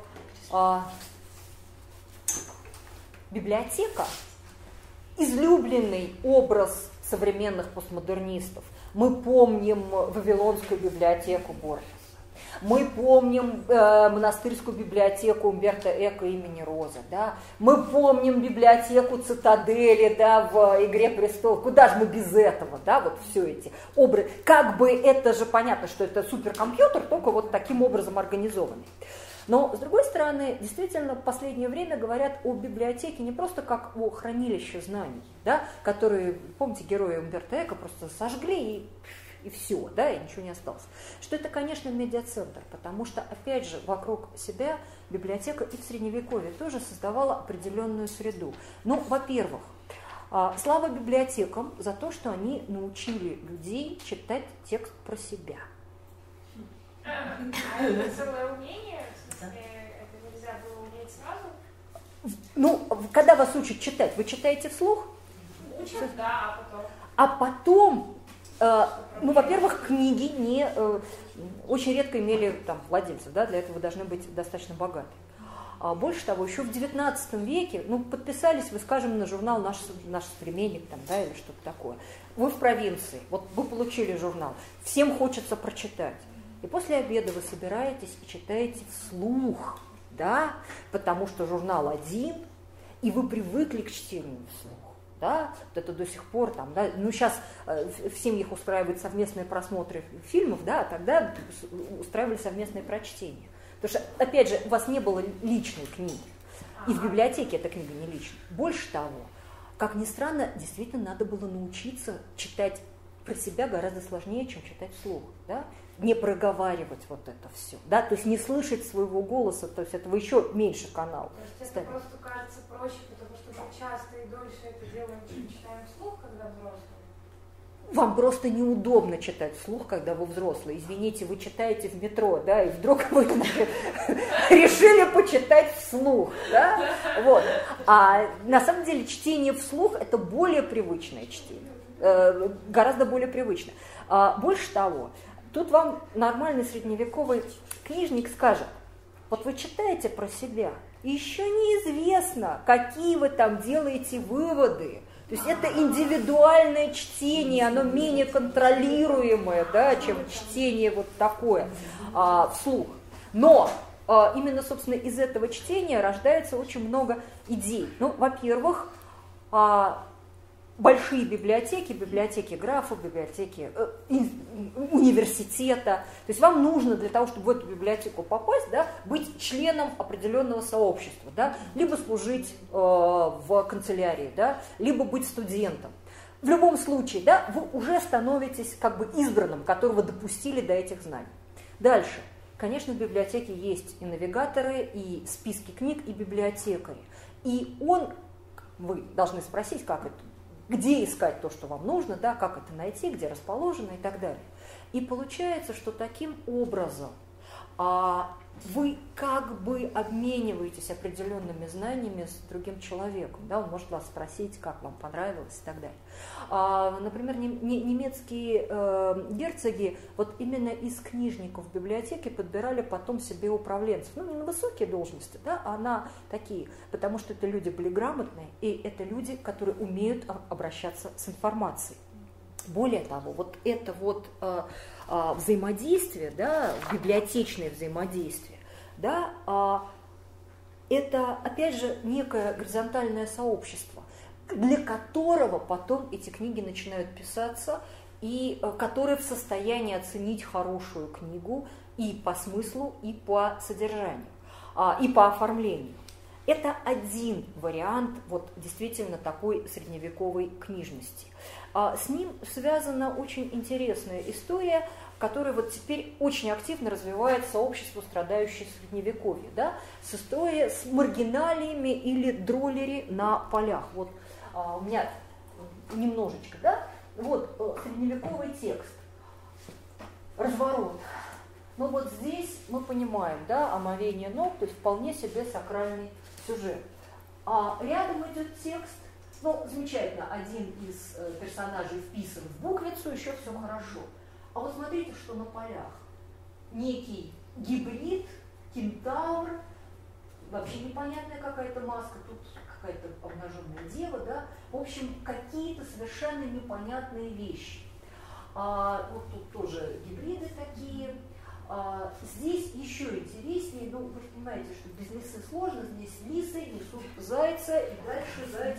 библиотека – излюбленный образ современных постмодернистов. Мы помним Вавилонскую библиотеку Борхеса. мы помним монастырскую библиотеку Умберто Эко имени Роза, да, мы помним библиотеку Цитадели, да, в «Игре престолов», куда же мы без этого, да, вот все эти образы, как бы это же понятно, что это суперкомпьютер, только вот таким образом организованный. Но, с другой стороны, действительно, в последнее время говорят о библиотеке не просто как о хранилище знаний, да, которые, помните, герои Умберто Эко просто сожгли и все, да, и ничего не осталось. Что это, конечно, медиацентр, потому что, опять же, вокруг себя библиотека и в Средневековье тоже создавала определенную среду. Ну, во-первых, слава библиотекам за то, что они научили людей читать текст про себя. Это целое умение? В смысле, это нельзя было уметь сразу? Ну, когда вас учат читать, вы читаете вслух? Учат, да, а потом? А потом, ну, во-первых, книги очень редко имели там владельцев, да, для этого вы должны быть достаточно богаты. А больше того, еще в XIX веке, ну, подписались вы, скажем, на журнал «Наш современник», там, да, или что-то такое. Вы в провинции, вот вы получили журнал, всем хочется прочитать. И после обеда вы собираетесь и читаете вслух, да, потому что журнал один, и вы привыкли к чтению вслух. Да, вот это до сих пор там, да, ну сейчас в семьях устраивают совместные просмотры фильмов, да, а тогда устраивали совместные прочтения. Потому что, опять же, у вас не было личной книги, и в библиотеке эта книга не личная. Больше того, как ни странно, действительно надо было научиться читать про себя гораздо сложнее, чем читать вслух, да, не проговаривать вот это все, да, то есть не слышать своего голоса, то есть этого еще меньше канал. То есть это просто кажется проще, потому что мы часто и дольше это делаем, чем читаем вслух, когда взрослые. Вам просто неудобно читать вслух, когда вы взрослый. Извините, вы читаете в метро, да, и вдруг вы решили почитать вслух, да, вот. А на самом деле чтение вслух – это более привычное чтение, гораздо более привычно. Больше того, тут вам нормальный средневековый книжник скажет: вот вы читаете про себя, и еще неизвестно, какие вы там делаете выводы. То есть это индивидуальное чтение, оно менее контролируемое, да, чем чтение вот такое вслух. Но именно, собственно, из этого чтения рождается очень много идей. Ну, во-первых, большие библиотеки, библиотеки графов, библиотеки университета. То есть вам нужно для того, чтобы в эту библиотеку попасть, да, быть членом определенного сообщества, да, либо служить в канцелярии, да, либо быть студентом. В любом случае, да, вы уже становитесь как бы избранным, которого допустили до этих знаний. Дальше. Конечно, в библиотеке есть и навигаторы, и списки книг, и библиотекари. И вы должны спросить, как это, где искать то, что вам нужно, да, как это найти, где расположено и так далее. И получается, что таким образом вы как бы обмениваетесь определенными знаниями с другим человеком. Да, он может вас спросить, как вам понравилось и так далее. Например, немецкие герцоги вот именно из книжников в библиотеке подбирали потом себе управленцев. Ну, не на высокие должности, да, а на такие. Потому что это люди были грамотные, и это люди, которые умеют обращаться с информацией. Более того, вот это вот взаимодействие, да, библиотечное взаимодействие, да, это, опять же, некое горизонтальное сообщество, для которого потом эти книги начинают писаться, и которые в состоянии оценить хорошую книгу и по смыслу, и по содержанию, и по оформлению. Это один вариант вот, действительно такой средневековой книжности. С ним связана очень интересная история, которая вот теперь очень активно развивает сообщество, страдающее средневековье. Да? С историей с маргиналиями или дроллери на полях. Вот у меня немножечко, да? Вот средневековый текст. Разворот. Но вот здесь мы понимаем, да, омовение ног, то есть вполне себе сакральный сюжет. А рядом идет текст, ну, замечательно, один из персонажей вписан в буквицу, еще все хорошо. А вот смотрите, что на полях. Некий гибрид, кентавр, вообще непонятная какая-то маска, тут какая-то обнаженная дева, да. В общем, какие-то совершенно непонятные вещи. Вот тут тоже гибриды такие. Здесь еще интереснее, ну, вы же понимаете, что без лисы сложно, здесь лисы несут зайца, и дальше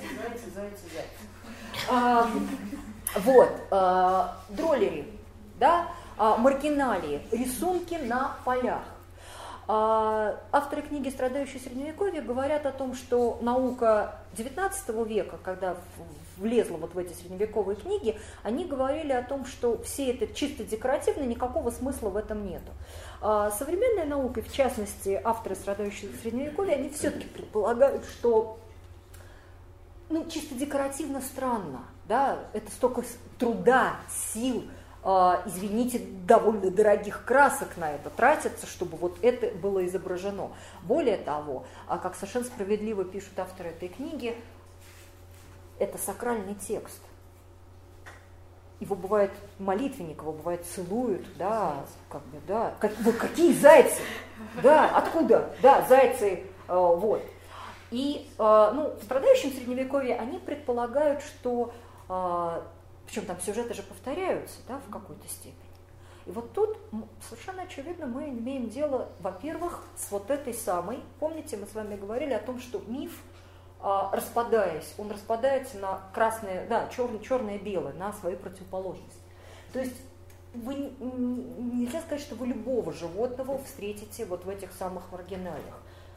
зайцы. Вот, дроллери, да, маргиналии, рисунки на полях. Авторы книги «Страдающие Средневековье» говорят о том, что наука XIX века, когда влезла вот в эти средневековые книги, они говорили о том, что все это чисто декоративно, никакого смысла в этом нету. Современная наука, в частности, авторы «Страдающие Средневековье», они все-таки предполагают, что чисто декоративно странно, да, это столько труда, сил, извините, довольно дорогих красок на это тратятся, чтобы вот это было изображено. Более того, как совершенно справедливо пишут авторы этой книги, это сакральный текст. Его бывает молитвенник, его бывает целуют, да, как бы, да. Какие зайцы? Да, откуда? Да, зайцы, вот. И в страдающем Средневековье они предполагают, что причем там сюжеты же повторяются, да, в какой-то степени. И вот тут совершенно очевидно мы имеем дело, во-первых, с вот этой самой, помните, мы с вами говорили о том, что миф, распадаясь, он распадается на красное, да, черное и белое, на свои противоположности. То есть нельзя сказать, что вы любого животного встретите вот в этих самых маргиналиях.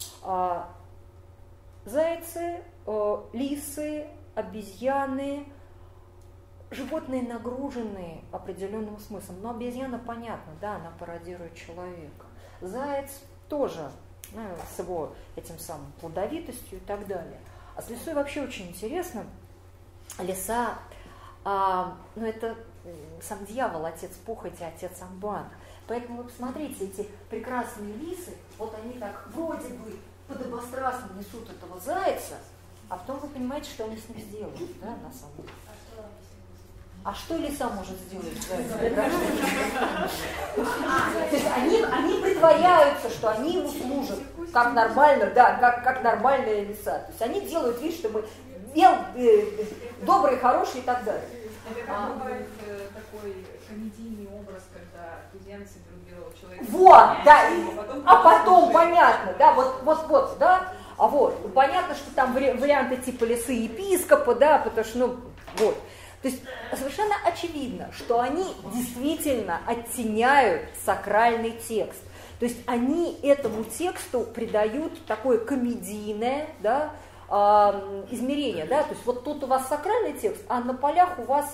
Зайцы, лисы, обезьяны, животные нагруженные определенным смыслом. Но обезьяна, понятно, да, она пародирует человека. Заяц тоже, с его этим самым плодовитостью и так далее. А с лисой вообще очень интересно. Лиса, это сам дьявол, отец похоти, отец амбана. Поэтому вы посмотрите, эти прекрасные лисы, вот они так вроде бы подобострастно несут этого зайца, а потом вы понимаете, что они с ним сделают, да, на самом деле. А что лиса может сделать? То есть они притворяются, что они ему служат, как нормально, да, как нормальная лиса. То есть они делают вид, что мы добрые, хорошие и так далее. Это бывает такой комедийный образ, когда туземцы друг друга человека. Вот, да, а потом понятно, да, вот, да, понятно, что там варианты типа лисы епископа, да, потому что, вот. То есть совершенно очевидно, что они действительно оттеняют сакральный текст. То есть они этому тексту придают такое комедийное, да, измерение. Да? То есть вот тут у вас сакральный текст, а на полях у вас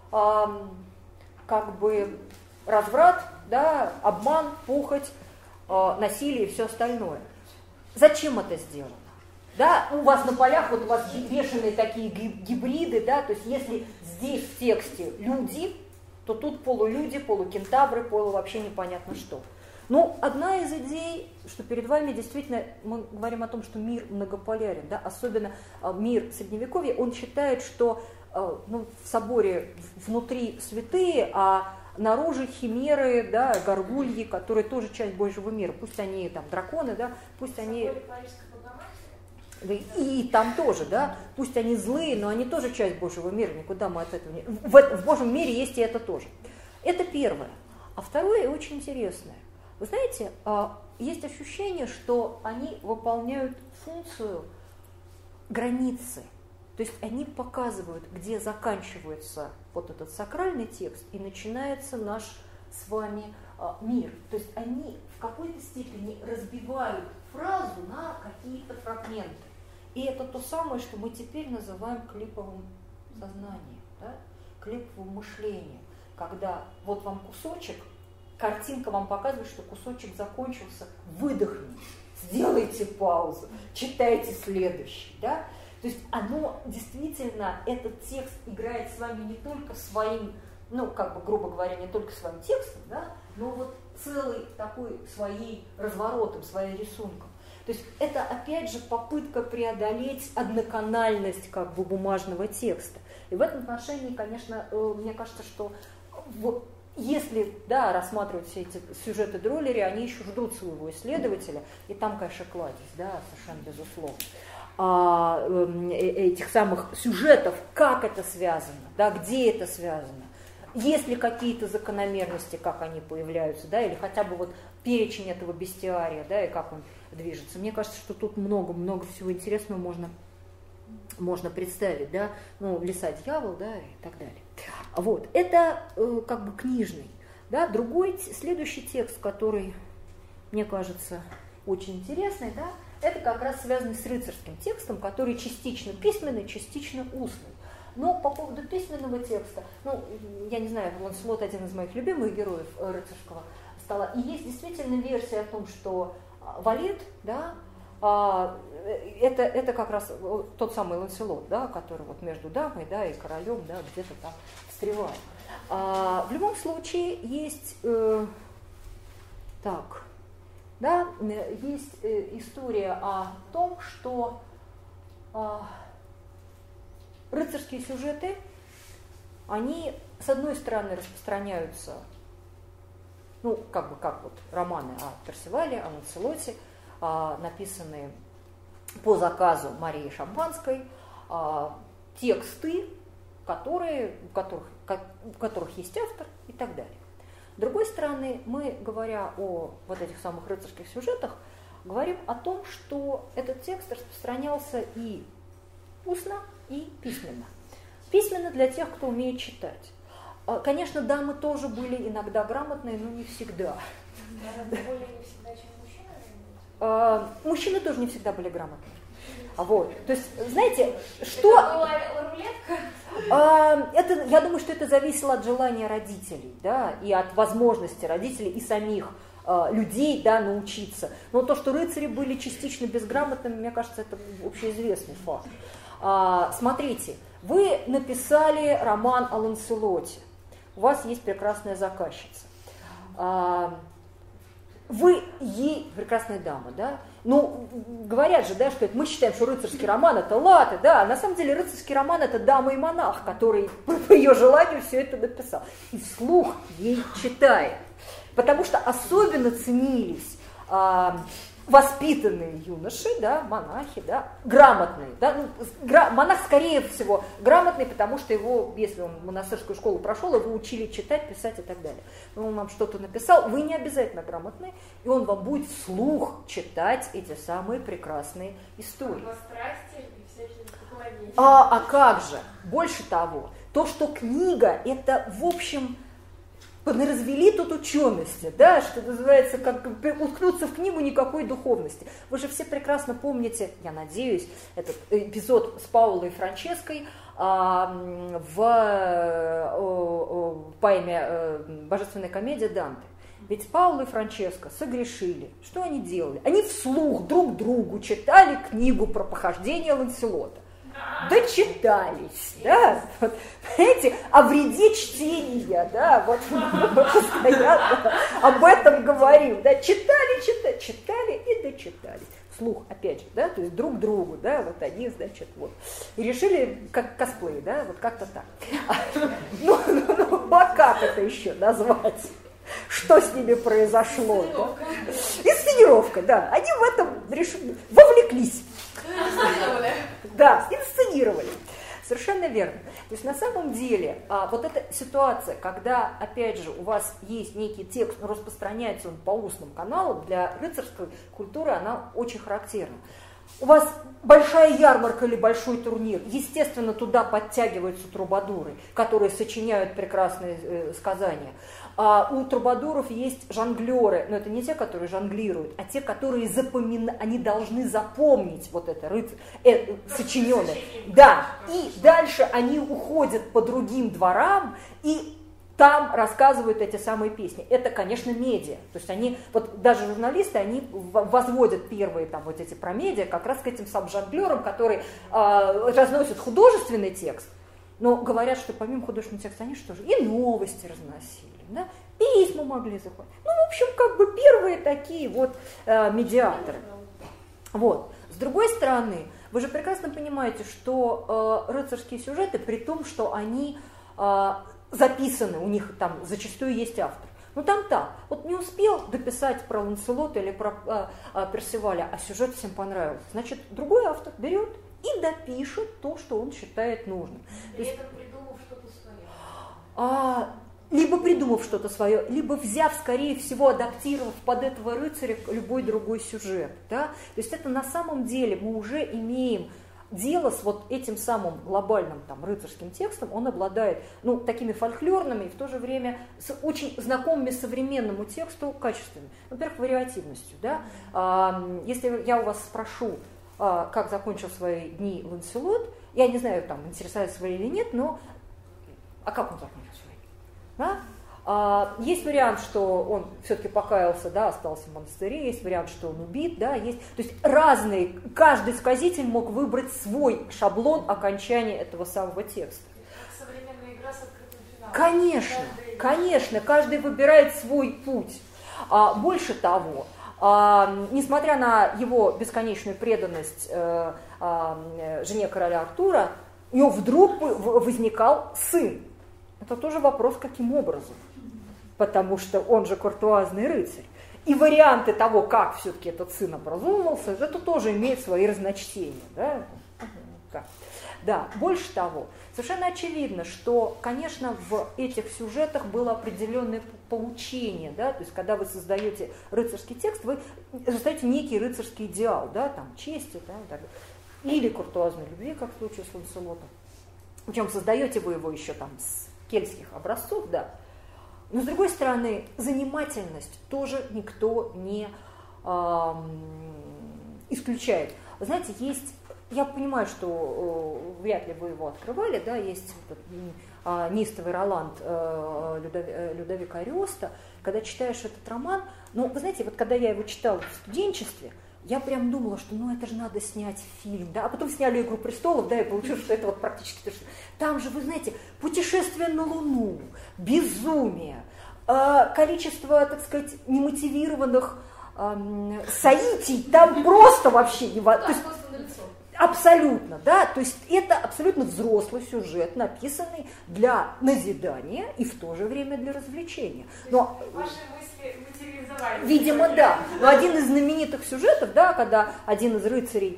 как бы разврат, да, обман, похоть, насилие и все остальное. Зачем это сделано? Да, у вас на полях, вот у вас бешеные такие гибриды, да, то есть если здесь в тексте люди, то тут полулюди, полукентавры, вообще непонятно что. Ну, одна из идей, что перед вами действительно, мы говорим о том, что мир многополярен, да, особенно мир Средневековья, он считает, что в соборе внутри святые, а наружу химеры, да, горгульи, которые тоже часть Божьего мира, пусть они там драконы, да, пусть они... И там тоже, да, пусть они злые, но они тоже часть Божьего мира, никуда мы от этого не... В Божьем мире есть и это тоже. Это первое. А второе очень интересное. Вы знаете, есть ощущение, что они выполняют функцию границы. То есть они показывают, где заканчивается вот этот сакральный текст и начинается наш с вами мир. То есть они в какой-то степени разбивают фразу на какие-то фрагменты. И это то самое, что мы теперь называем клиповым сознанием, да? Клиповым мышлением. Когда вот вам кусочек, картинка вам показывает, что кусочек закончился, выдохните, сделайте паузу, читайте следующий. Да? То есть оно действительно, этот текст играет с вами не только своим, грубо говоря, не только своим текстом, да? Но вот целый такой своей разворотом, своим рисунком. То есть это, опять же, попытка преодолеть одноканальность бумажного текста. И в этом отношении, конечно, мне кажется, что вот если, да, рассматривать все эти сюжеты дроллери, они еще ждут своего исследователя, и там, конечно, кладезь, да, совершенно безусловно, этих самых сюжетов, как это связано, да, где это связано. Есть ли какие-то закономерности, как они появляются, да, или хотя бы вот перечень этого бестиария, да, и как он движется. Мне кажется, что тут много всего интересного можно представить, да, ну, «Лиса, дьявол», да, и так далее. Вот, это как бы книжный, да. Следующий текст, который, мне кажется, очень интересный, да, это как раз связанный с рыцарским текстом, который частично письменный, частично устный. Но по поводу письменного текста, ну, я не знаю, Ланселот один из моих любимых героев рыцарского стола, и есть действительно версия о том, что Валет, да, это как раз тот самый Ланселот, да, который вот между дамой, да, и королем, да, где-то там встревает. В любом случае есть есть история о том, что рыцарские сюжеты, они, с одной стороны, распространяются, ну, как вот романы о Персивале, о Ланселоте, написанные по заказу Марии Шампанской, тексты, у которых есть автор и так далее. С другой стороны, мы, говоря о вот этих самых рыцарских сюжетах, говорим о том, что этот текст распространялся и устно, и письменно. Письменно для тех, кто умеет читать. Конечно, дамы тоже были иногда грамотные, но не всегда. Более не всегда, чем мужчины? Мужчины тоже не всегда были грамотные. Вот. То есть, знаете, что... Это была рулетка? Я думаю, что это зависело от желания родителей, да, и от возможности родителей и самих людей, да, научиться. Но то, что рыцари были частично безграмотными, мне кажется, это общеизвестный факт. Смотрите, вы написали роман о Ланселоте, у вас есть прекрасная заказчица, вы ей, прекрасная дама, да, ну, говорят же, да, что это, мы считаем, что рыцарский роман это латы, да, а на самом деле рыцарский роман это дама и монах, который по ее желанию все это написал, и вслух ей читает, потому что особенно ценились воспитанные юноши, да, монахи, да, грамотные, да, ну, монах, скорее всего, грамотный, потому что его, если он монастырскую школу прошел, его учили читать, писать и так далее. Он вам что-то написал, вы не обязательно грамотный, и он вам будет вслух читать эти самые прекрасные истории. А как же? Больше того, то, что книга, это, в общем, развели тут учености, да, что называется, как уткнуться в книгу никакой духовности. Вы же все прекрасно помните, я надеюсь, этот эпизод с Паулой и Франческой в поэме «Божественная комедия» Данте. Ведь Паула и Франческа согрешили. Что они делали? Они вслух друг другу читали книгу про похождение Ланселота. Дочитались, да, вот, понимаете, о вреде чтения, да, вот мы постоянно об этом говорим, да, читали и дочитались. Вслух, опять же, да, то есть друг другу, да, вот они, значит, вот, и решили, как косплей, да, вот как-то так. Ну, а как это еще назвать? Что с ними произошло? Да? Инсценировка, да, они в этом вовлеклись. Да, инсценировали. Совершенно верно. То есть на самом деле вот эта ситуация, когда, опять же, у вас есть некий текст, но распространяется он по устным каналам, для рыцарской культуры она очень характерна. У вас большая ярмарка или большой турнир, естественно, туда подтягиваются трубадуры, которые сочиняют прекрасные сказания. У трубадуров есть жонглеры, но это не те, которые жонглируют, а те, которые они должны запомнить вот это сочиненное. Да, и дальше они уходят по другим дворам и там рассказывают эти самые песни. Это, конечно, медиа. То есть они, вот даже журналисты, они возводят первые там вот эти про медиа как раз к этим самым жонглерам, которые разносят художественный текст, но говорят, что помимо художественного текста они что же, и новости разносили, да? Письма могли захватить. Ну, в общем, как бы первые такие вот медиаторы. Вот. С другой стороны, вы же прекрасно понимаете, что рыцарские сюжеты, при том, что они записаны, у них там зачастую есть автор. Ну там так, вот не успел дописать про Ланселота или про Персиваля, а сюжет всем понравился. Значит, другой автор берет и допишет то, что он считает нужным. При этом придумав что-то свое. либо придумав что-то свое, либо взяв, скорее всего, адаптировав под этого рыцаря любой другой сюжет. Да? То есть это на самом деле мы уже имеем дело с вот этим самым глобальным там, рыцарским текстом. Он обладает такими фольклорными и в то же время с очень знакомыми современному тексту качествами. Во-первых, вариативностью. Да? Если я у вас спрошу, как закончил свои дни Ланселот, я не знаю, там, интересуется вы или нет, но как он закончил свои дни? Да? Есть вариант, что он все-таки покаялся, да, остался в монастыре, есть вариант, что он убит, да, есть. То есть разные, каждый сказитель мог выбрать свой шаблон окончания этого самого текста. Как современная игра с открытым финалом. Конечно, конечно, каждый выбирает свой путь. Больше того, несмотря на его бесконечную преданность жене короля Артура, у него вдруг возникал сын. Это тоже вопрос, каким образом. Потому что он же куртуазный рыцарь. И варианты того, как все-таки этот сын образовывался, это тоже имеет свои разночтения. Да? Да, больше того, совершенно очевидно, что, конечно, в этих сюжетах было определенное поучение. Да? То есть, когда вы создаете рыцарский текст, вы создаете некий рыцарский идеал, да? Там, чести, да? Так, или куртуазной любви, как в случае с Ланселотом. Причем создаете вы его еще там с кельтских образцов, да. Но, с другой стороны, занимательность тоже никто не исключает. Вы знаете, есть, я понимаю, что вряд ли вы его открывали, да, есть неистовый Роланд Людовика Ариоста. Когда читаешь этот роман, но, вы знаете, вот когда я его читала в студенчестве, я прям думала, что это же надо снять фильм, да, а потом сняли «Игру престолов», да, и получилось, что это вот практически то, что... Там же, вы знаете, путешествие на Луну, безумие, количество, так сказать, немотивированных соитий, там просто вообще не... Да, то есть, абсолютно, да, то есть это абсолютно взрослый сюжет, написанный для назидания и в то же время для развлечения. Но... Ваши мысли материализовались. Видимо, да. Но один из знаменитых сюжетов, да, когда один из рыцарей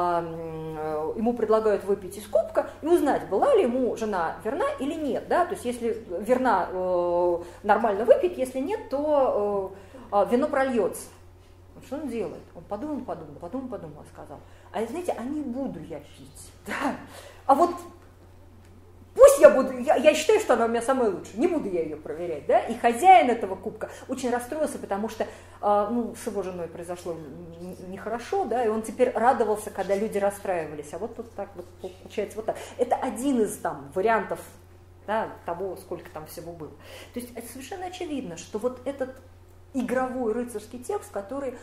ему предлагают выпить из кубка и узнать, была ли ему жена верна или нет. Да? То есть если верна, нормально выпить, если нет, то вино прольется. Что он делает? Он подумал и сказал: а знаете, а не буду я пить. Да? А вот пусть я буду, я считаю, что она у меня самая лучшая, не буду я ее проверять. Да? И хозяин этого кубка очень расстроился, потому что с его женой произошло нехорошо, да, и он теперь радовался, когда люди расстраивались. А вот тут так вот получается вот так. Это один из там вариантов, да, того, сколько там всего было. То есть это совершенно очевидно, что вот этот игровой рыцарский текст, который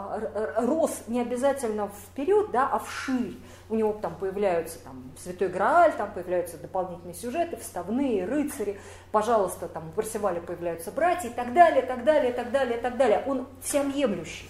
рос не обязательно вперед, да, а вширь. У него там появляются там, Святой Грааль, там появляются дополнительные сюжеты, вставные, рыцари, пожалуйста, там в Парсивале появляются братья и так далее, так далее, так далее, так далее. Он всеобъемлющий.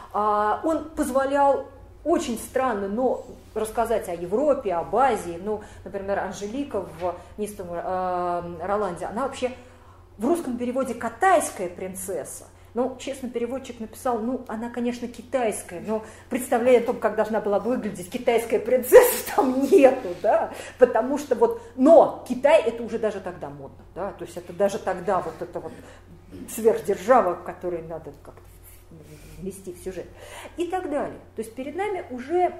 Он позволял очень странно, но рассказать о Европе, об Азии. Например, Анжелика в неистовом Роланде, она вообще в русском переводе «катайская принцесса». Честно, переводчик написал, она, конечно, китайская, но представление о том, как должна была бы выглядеть китайская принцесса, там нету, да, потому что но Китай это уже даже тогда модно, да, то есть это даже тогда вот это вот сверхдержава, которой надо как-то ввести в сюжет и так далее. То есть перед нами уже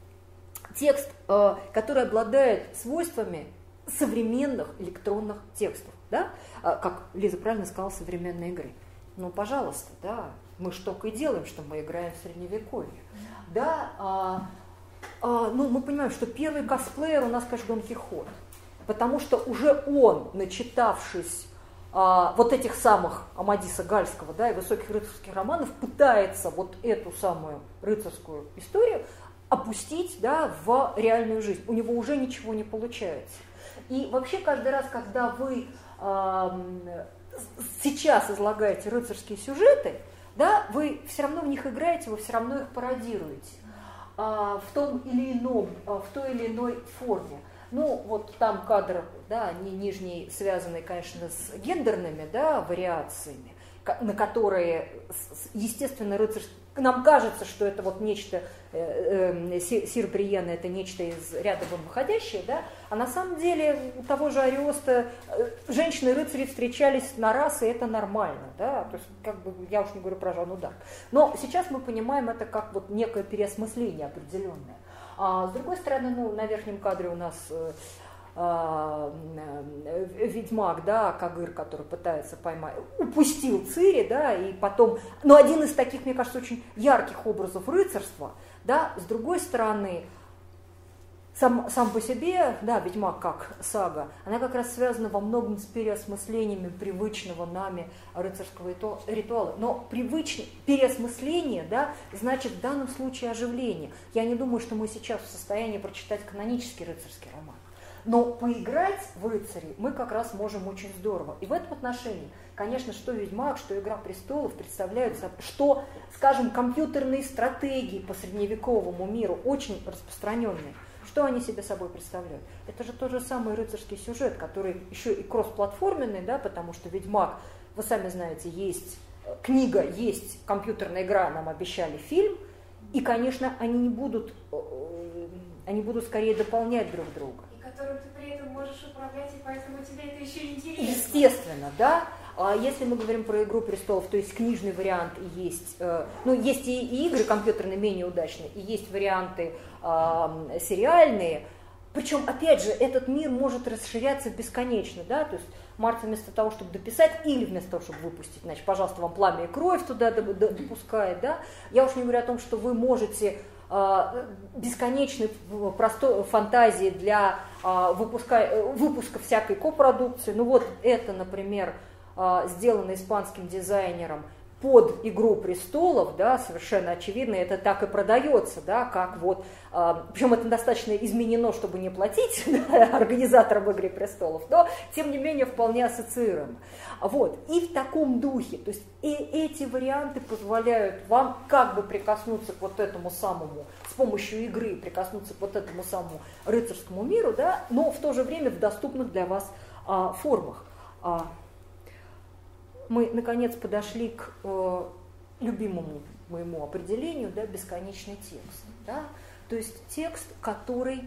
текст, который обладает свойствами современных электронных текстов, да, как Лиза правильно сказала, современной игры. Пожалуйста, да, мы же только и делаем, что мы играем в Средневековье. Да, мы понимаем, что первый косплеер у нас, конечно, Дон Кихот, потому что уже он, начитавшись вот этих самых Амадиса Гальского, да, и высоких рыцарских романов, пытается вот эту самую рыцарскую историю опустить, да, в реальную жизнь. У него уже ничего не получается. И вообще каждый раз, когда вы сейчас излагаете рыцарские сюжеты, да, вы все равно в них играете, вы все равно их пародируете в том или ином, в той или иной форме. Вот там кадр, да, нижний, связанный, конечно, с гендерными, да, вариациями, на которые, естественно, нам кажется, что это вот нечто, Сир Бриена это нечто из ряда вон выходящее, да, а на самом деле у того же Ариоста женщины и рыцари встречались на раз, и это нормально, да, то есть, как бы, я уж не говорю про Жанну д'Арк. Но сейчас мы понимаем это как вот некое переосмысление определенное. А с другой стороны, ну, на верхнем кадре у нас ведьмак, да, Кагыр, который пытается поймать, упустил Цири, да, и потом, но один из таких, мне кажется, очень ярких образов рыцарства, да, с другой стороны, сам по себе, да, ведьмак как сага, она как раз связана во многом с переосмыслениями привычного нами рыцарского ритуала, но переосмысление, да, значит в данном случае оживление. Я не думаю, что мы сейчас в состоянии прочитать канонический рыцарский роман. Но поиграть в рыцарей мы как раз можем очень здорово. И в этом отношении, конечно, что «Ведьмак», что «Игра престолов» представляют, что, скажем, компьютерные стратегии по средневековому миру очень распространенные. Что они себе собой представляют? Это же тот же самый рыцарский сюжет, который еще и кроссплатформенный, да, потому что «Ведьмак», вы сами знаете, есть книга, есть компьютерная игра, нам обещали фильм, и, конечно, они будут скорее дополнять друг друга. Которым ты при этом можешь управлять, и поэтому тебе это еще интересно. Естественно, да. А если мы говорим про «Игру престолов», то есть книжный вариант и есть, ну, есть и игры компьютерные менее удачные, и есть варианты сериальные. Причем, опять же, этот мир может расширяться бесконечно, да, то есть Мартин вместо того, чтобы дописать, или вместо того, чтобы выпустить, значит, пожалуйста, вам «Пламя и кровь» туда допускает, да. Я уж не говорю о том, что вы можете бесконечной простой фантазии для выпуска всякой копродукции. Ну вот это, например, сделано испанским дизайнером под «Игру престолов», да, совершенно очевидно, это так и продается, да, как вот, причем это достаточно изменено, чтобы не платить, да, организаторам «Игры престолов», но, тем не менее, вполне ассоциируемо. Вот, и в таком духе, то есть и эти варианты позволяют вам как бы прикоснуться к вот этому самому, с помощью игры прикоснуться к вот этому самому рыцарскому миру, да, но в то же время в доступных для вас формах. Мы, наконец, подошли к любимому моему определению, да, бесконечный текст. Да? То есть текст, который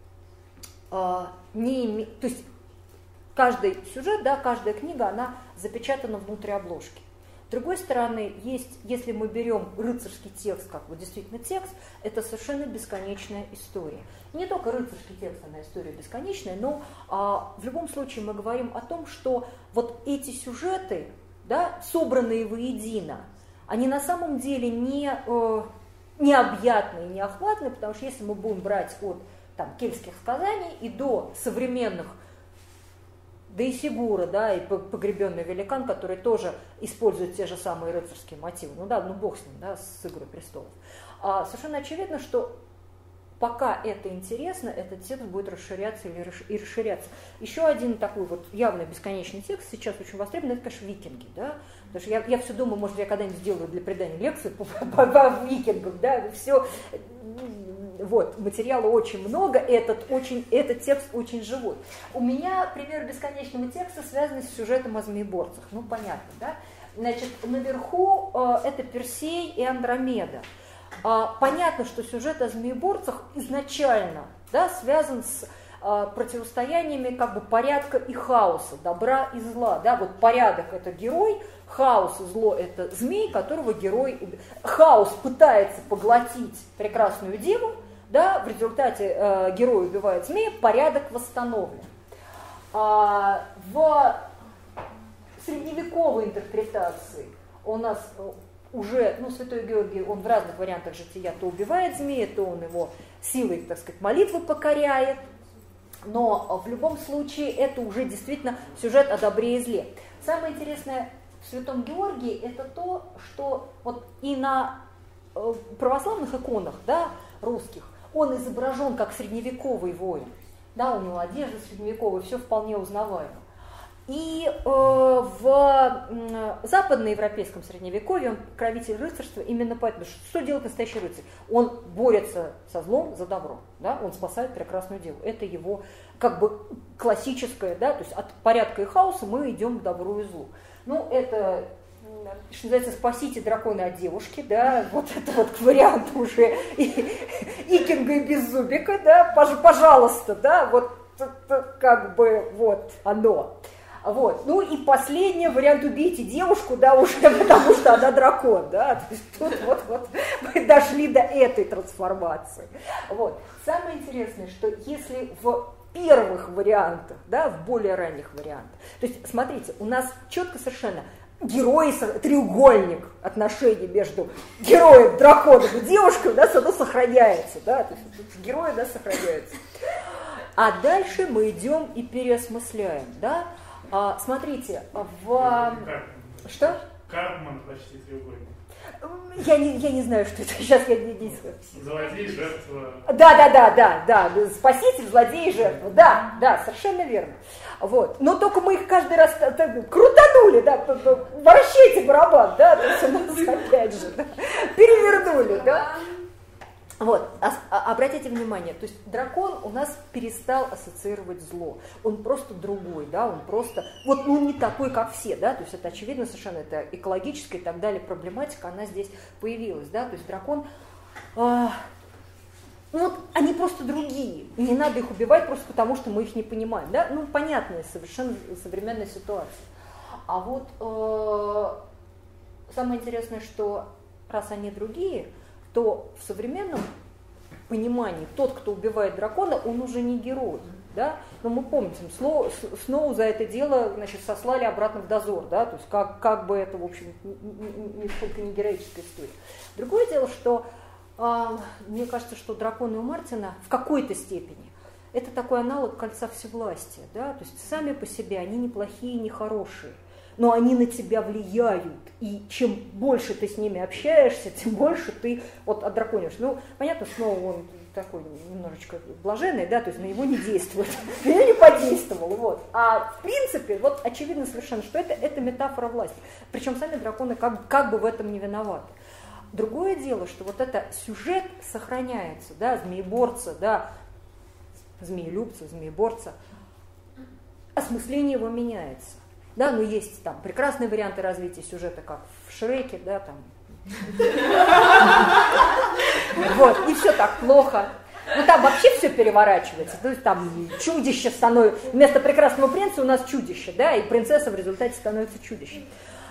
не имеет... То есть каждый сюжет, да, каждая книга, она запечатана внутри обложки. С другой стороны, есть, если мы берем рыцарский текст, как вот действительно текст, это совершенно бесконечная история. И не только рыцарский текст, она история бесконечная, но в любом случае мы говорим о том, что вот эти сюжеты, да, собранные воедино, они на самом деле не объятные, не охватные, потому что если мы будем брать от там, кельтских сказаний и до современных, да и Сигура, да, и погребенный великан, который тоже использует те же самые рыцарские мотивы, ну да, ну бог с ним, да, с «Игрой престолов», совершенно очевидно, что пока это интересно, этот текст будет расширяться и расширяться. Еще один такой вот явно бесконечный текст сейчас очень востребован, это, конечно, «Викинги». Да? Потому что я все думаю, может, я когда-нибудь сделаю для придания лекции по викингам. Да? Все, вот, материала очень много, этот текст очень живой. У меня пример бесконечного текста связан с сюжетом о змееборцах. Ну, понятно, да? Значит, наверху это Персей и Андромеда. Понятно, что сюжет о змееборцах изначально, да, связан с противостояниями как бы порядка и хаоса, добра и зла. Да? Вот порядок – это герой, хаос и зло – это змей, которого герой... Хаос пытается поглотить прекрасную деву, да? В результате герой убивает змея, порядок восстановлен. В средневековой интерпретации у нас... уже, ну, святой Георгий, он в разных вариантах жития то убивает змея, то он его силой, так сказать, молитвы покоряет, но в любом случае это уже действительно сюжет о добре и зле. Самое интересное в святом Георгии это то, что вот и на православных иконах, да, русских, он изображен как средневековый воин, да, у него одежда средневековая, все вполне узнаваемо. И в западноевропейском средневековье он покровитель рыцарства именно поэтому, что делает настоящий рыцарь? Он борется со злом за добро, да? Он спасает прекрасную деву. Это его как бы классическое, да? То есть от порядка и хаоса мы идем к добру и злу. Ну, это что называется, спасите дракона от девушки, да, вот это вот вариант уже Икинга и Беззубика, да, пожалуйста, да, вот это как бы вот оно. Вот. Ну и последний вариант: убейте девушку, да, уже потому что она дракон, да, то есть тут вот мы дошли до этой трансформации. Вот. Самое интересное, что если в первых вариантах, да, в более ранних вариантах, то есть, смотрите, у нас четко совершенно герои, треугольник отношений между героем, драконом и девушкой, да, оно сохраняется, да, то есть герои, да, сохраняются. А дальше мы идем и переосмысляем, да. Смотрите, Что? Карпман почти треугольник. Я не знаю, что это. Сейчас я не знаю. Злодей, жертва. Да. Спаситель, злодей, жертва. Да, совершенно верно. Вот. Но только мы их каждый раз крутанули, да, вращайте барабан, да, то есть у нас опять же, да, перевернули, да. Вот, обратите внимание, то есть дракон у нас перестал ассоциировать зло, он просто другой, да, он просто, вот, ну, не такой, как все, да, то есть это очевидно совершенно, это экологическая и так далее проблематика, она здесь появилась, да, то есть дракон, ну вот, они просто другие, и не надо их убивать просто потому, что мы их не понимаем, да, ну, понятная совершенно современная ситуация. А вот самое интересное, что раз они другие, то в современном понимании тот, кто убивает дракона, он уже не герой, да? Но мы помним, Сноу за это дело, значит, сослали обратно в дозор, да? То есть как бы это, в общем, нисколько не героическая история. Другое дело, что мне кажется, что драконы у Мартина в какой-то степени это такой аналог кольца всевластия, да? То есть сами по себе они не плохие, не хорошие, но они на тебя влияют, и чем больше ты с ними общаешься, тем больше ты вот отдраконишь. Ну, понятно, что он такой немножечко блаженный, да, то есть на него не действует, на него не подействовал, вот. А в принципе, вот очевидно совершенно, что это метафора власти, причем сами драконы как бы в этом не виноваты. Другое дело, что вот этот сюжет сохраняется, да, змееборца, да, змеелюбца, змееборца, осмысление его меняется. Да, но есть там прекрасные варианты развития сюжета, как в Шреке, да, там. Вот, и все так плохо. Ну там вообще все переворачивается, то есть там чудище становится, вместо прекрасного принца у нас чудище, да, и принцесса в результате становится чудищем.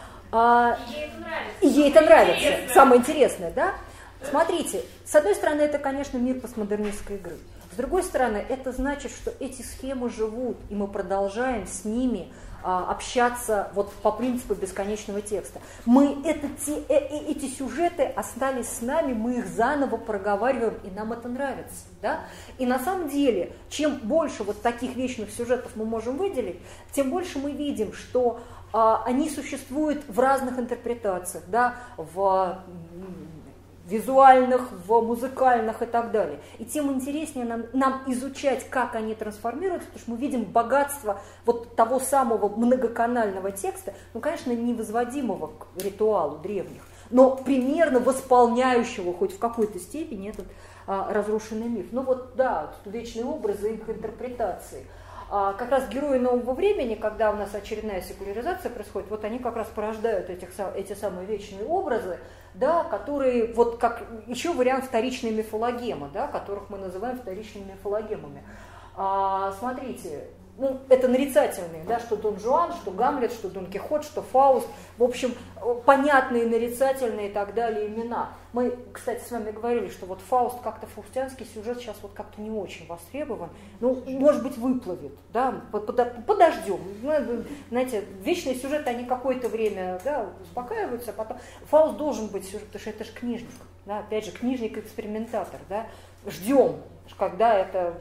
И ей это нравится, самое интересное, да. Смотрите, с одной стороны, это, конечно, мир постмодернистской игры. С другой стороны, это значит, что эти схемы живут, и мы продолжаем с ними общаться вот по принципу бесконечного текста. Эти сюжеты остались с нами, мы их заново проговариваем, и нам это нравится. Да? И на самом деле, чем больше вот таких вечных сюжетов мы можем выделить, тем больше мы видим, что они существуют в разных интерпретациях, да, в визуальных, в музыкальных и так далее. И тем интереснее нам изучать, как они трансформируются, потому что мы видим богатство вот того самого многоканального текста, ну, конечно, не возводимого к ритуалу древних, но примерно восполняющего хоть в какой-то степени этот разрушенный миф. Ну вот, да, вечные образы, их интерпретации. Как раз герои нового времени, когда у нас очередная секуляризация происходит, вот они как раз порождают эти самые вечные образы, да, которые, вот как еще вариант вторичной мифологемы, да, которых мы называем вторичными мифологемами. Смотрите, ну, это нарицательные, да, что Дон Жуан, что Гамлет, что Дон Кихот, что Фауст, в общем, понятные нарицательные и так далее имена. Мы, кстати, с вами говорили, что вот Фауст, как-то фаустианский сюжет сейчас вот как-то не очень востребован, ну, может быть, выплывет, да, подождем. Знаете, вечные сюжеты, они какое-то время, да, успокаиваются, а потом Фауст должен быть сюжет, потому что это же книжник, да, опять же, книжник-экспериментатор, да, ждем, когда это...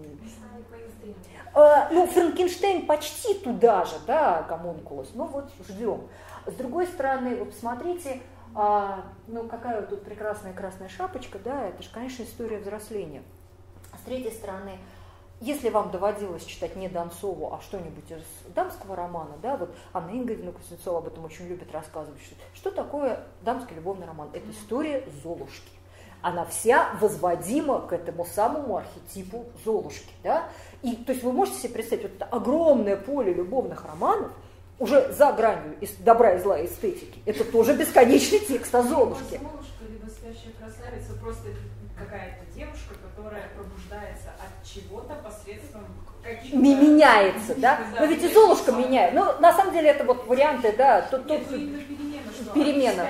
Ну, Франкенштейн почти туда же, да, гомункулус, ну вот ждем. С другой стороны, вы посмотрите, ну какая вот тут прекрасная красная шапочка, да, это же, конечно, история взросления. С третьей стороны, если вам доводилось читать не Донцову, а что-нибудь из дамского романа, да, вот Анна Игоревна Кузнецова об этом очень любит рассказывать, что такое дамский любовный роман? Это история Золушки. Она вся возводима к этому самому архетипу Золушки, да. И, то есть вы можете себе представить, вот это огромное поле любовных романов, уже за гранью добра и зла эстетики. Это тоже бесконечный текст о Золушке. Золушка, либо спящая красавица, просто какая-то девушка, которая пробуждается от чего-то посредством каких-то... Меняется, да? Но ведь и Золушка меняет. Ну, на самом деле, это вот варианты, да. Тут перемена.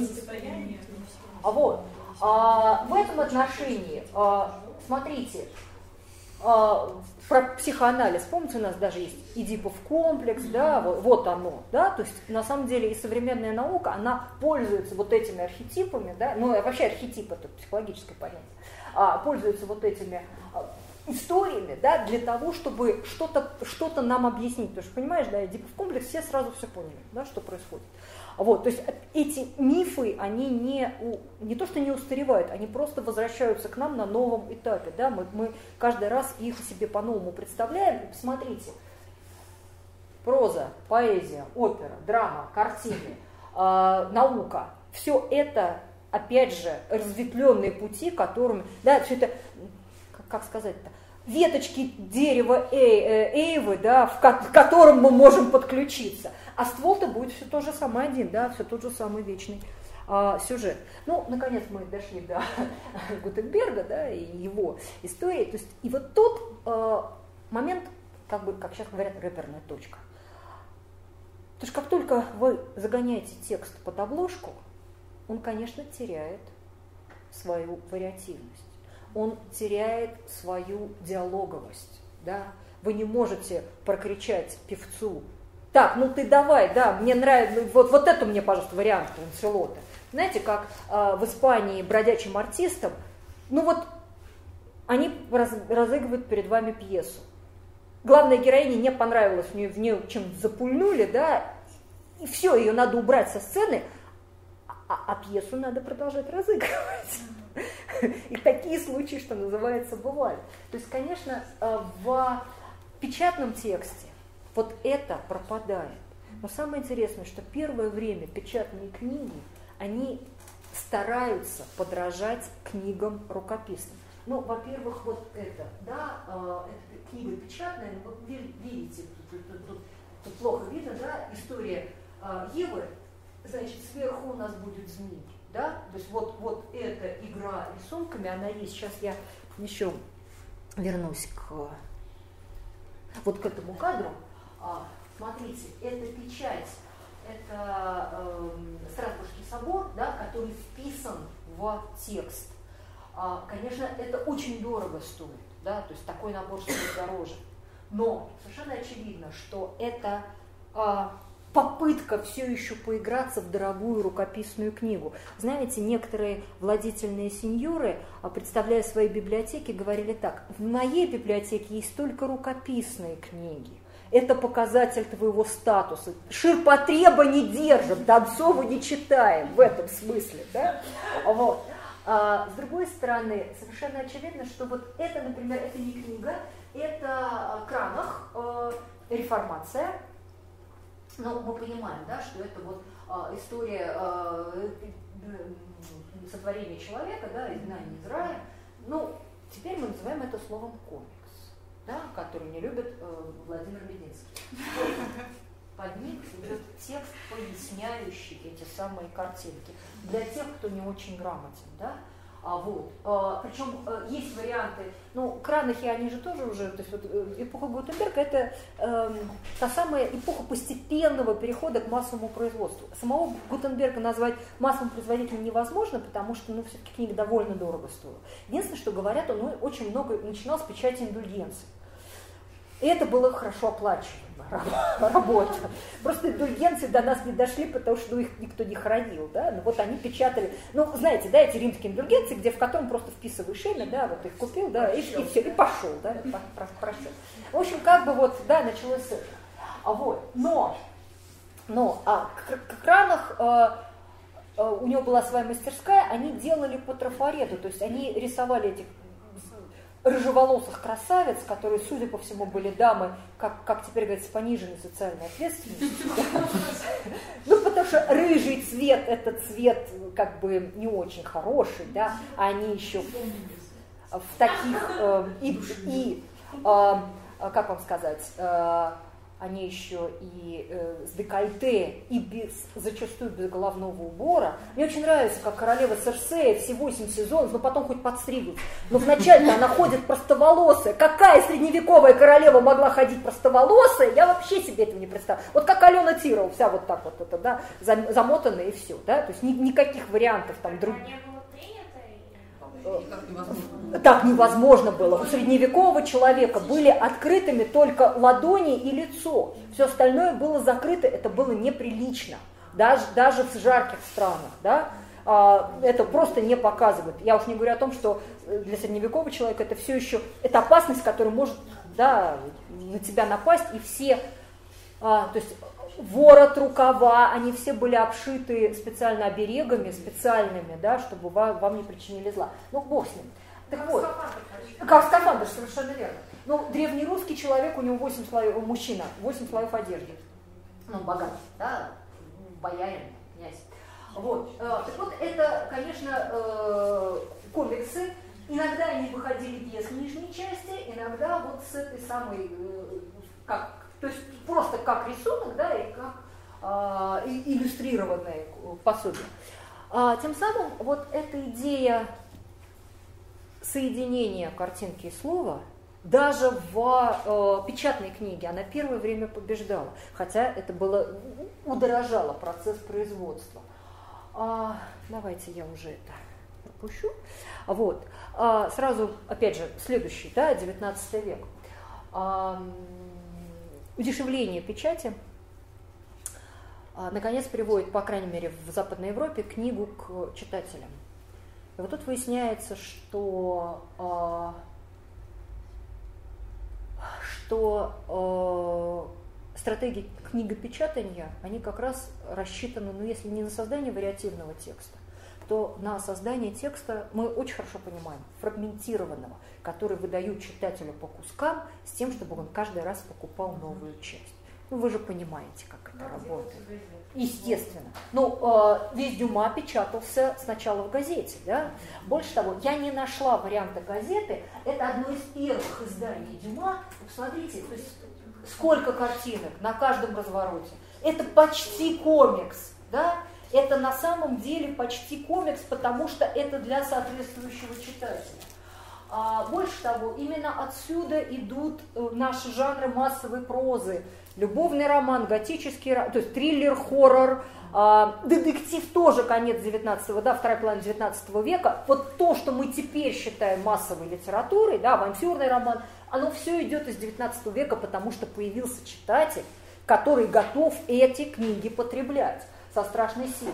Вот. В этом отношении, смотрите, про психоанализ, помните, у нас даже есть Эдипов комплекс, да, вот оно, да, то есть на самом деле и современная наука, она пользуется вот этими архетипами, да, ну вообще архетип это психологическое понятие, пользуется вот этими историями, да, для того, чтобы что-то нам объяснить, потому что, понимаешь, да, Эдипов комплекс, все сразу все поняли, да, что происходит. Вот, то есть эти мифы, они не то что не устаревают, они просто возвращаются к нам на новом этапе. Да? Мы каждый раз их себе по-новому представляем. И посмотрите, проза, поэзия, опера, драма, картины, наука, все это, опять же, разветвленные пути, которыми, да, все это, как сказать-то, веточки дерева Эйвы, да, к которым мы можем подключиться. А ствол-то будет все тот же самый один, да, все тот же самый вечный сюжет. Ну, наконец мы дошли до Гутенберга, да, и его истории. То есть, и вот тот момент, как бы, как сейчас говорят, рэперная точка. Потому что как только вы загоняете текст под обложку, он, конечно, теряет свою вариативность. Он теряет свою диалоговость. Да? Вы не можете прокричать певцу: так, ну ты давай, да, мне нравится, вот это мне, пожалуйста, вариант Ланселота. Знаете, как в Испании бродячим артистам, ну вот они разыгрывают перед вами пьесу. Главной героине не понравилось, в нее чем-то запульнули, да, и все, ее надо убрать со сцены, а пьесу надо продолжать разыгрывать. И такие случаи, что называется, бывали. То есть, конечно, в печатном тексте вот это пропадает. Но самое интересное, что первое время печатные книги, они стараются подражать книгам рукописным. Ну, во-первых, вот это, да, это книга печатная, но вот видите, тут плохо видно, да, история Евы, значит, сверху у нас будет змей, да, то есть вот эта игра рисунками, она есть. Сейчас я еще вернусь вот к этому кадру. Смотрите, это печать, это Страсбургский собор, да, который вписан в текст. Конечно, это очень дорого стоит, да, то есть такой набор стоит дороже. Но совершенно очевидно, что это попытка все еще поиграться в дорогую рукописную книгу. Знаете, некоторые владетельные сеньоры, представляя свои библиотеки, говорили так: в моей библиотеке есть только рукописные книги. Это показатель твоего статуса. Ширпотреба не держит, Донцову не читаем в этом смысле. Да? Вот. С другой стороны, совершенно очевидно, что вот это, например, это не книга, это Кранах, реформация. Но мы понимаем, да, что это вот история сотворения человека, да, изгнания из рая. Ну, теперь мы называем это словом комикс, да, который не любит Владимир Мединский. Под ним идет текст, поясняющий эти самые картинки. Для тех, кто не очень грамотен, да. Причем есть варианты, ну, Кранахи, они же тоже уже, то есть вот эпоха Гутенберга, это та самая эпоха постепенного перехода к массовому производству. Самого Гутенберга назвать массовым производителем невозможно, потому что, ну, все-таки книга довольно дорого стоила. Единственное, что говорят, он очень много начинал с печати индульгенций. И это было хорошо оплачиваемая работа. Просто индульгенции до нас не дошли, потому что их никто не хранил. Да? Ну, вот они печатали, ну, знаете, да, эти римские индульгенции, где в котором просто вписываешь имя, да, вот их купил, да, и все, и пошел, да, прошел. В общем, как бы вот, да, началось с этого. Но Кранах, у него была своя мастерская, они делали по трафарету, то есть они рисовали этих рыжеволосых красавиц, которые, судя по всему, были дамы, как теперь говорится, с пониженной социальной ответственностью. Ну, потому что рыжий цвет, это цвет как бы не очень хороший, да, а они еще в таких, как вам сказать, они еще и с декольте, и зачастую без головного убора. Мне очень нравится, как королева Серсея, все 8 сезонов, но потом хоть подстригут. Но вначале она ходит простоволосая. Какая средневековая королева могла ходить простоволосая? Я вообще себе этого не представляю. Вот как Алена Тирова, вся вот так вот, это, да, замотанная и все. Да? То есть никаких вариантов там других. Так невозможно было. У средневекового человека были открытыми только ладони и лицо. Все остальное было закрыто, это было неприлично. Даже в жарких странах. Да? Это просто не показывает. Я уж не говорю о том, что для средневекового человека это все еще это опасность, которая может, да, на тебя напасть. И все, то есть ворот, рукава, они все были обшиты специально оберегами, специальными, да, чтобы вам не причинили зла. Ну, бог с ним. Так вот, как скафандр, совершенно верно. Ну, древнерусский человек, у него 8 слоев, мужчина, 8 слоев одежды. Ну, богатый, да, боярин, князь. Вот. Так вот, это, конечно, комиксы. Иногда они выходили без нижней части, иногда вот с этой самой, то есть просто как рисунок, да, и как иллюстрированное пособие. Тем самым вот эта идея соединения картинки и слова даже в печатной книге она первое время побеждала, хотя это было удорожало процесс производства. Давайте я уже это пропущу. Вот. Сразу, опять же, следующий, да, 19 век. Удешевление печати, наконец, приводит, по крайней мере, в Западной Европе книгу к читателям. И вот тут выясняется, что стратегии книгопечатания, они как раз рассчитаны, ну, если не на создание вариативного текста, то на создание текста, мы очень хорошо понимаем, фрагментированного, который выдают читателю по кускам, с тем, чтобы он каждый раз покупал новую часть. Ну, вы же понимаете, как это работает. Естественно. Ну, весь Дюма печатался сначала в газете, да? Больше того, я не нашла варианта газеты. Это одно из первых изданий Дюма. Посмотрите, то есть сколько картинок на каждом развороте. Это почти комикс, да? Это на самом деле почти комикс, потому что это для соответствующего читателя. Больше того, именно отсюда идут наши жанры массовой прозы. Любовный роман, готический роман, то есть триллер, хоррор, детектив тоже конец 19-го, да, вторая половина 19 века. Вот то, что мы теперь считаем массовой литературой, да, авантюрный роман, оно все идет из 19 века, потому что появился читатель, который готов эти книги потреблять со страшной силой.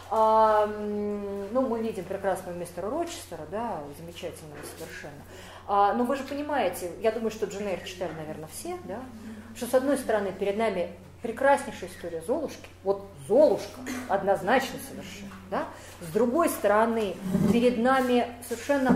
Ну, мы видим прекрасного мистера Рочестера, да, замечательного совершенно. Но вы же понимаете, я думаю, что Джейн Эйр читали, наверное, все, да, что с одной стороны перед нами прекраснейшая история Золушки, вот Золушка, однозначно совершенно, да, с другой стороны перед нами совершенно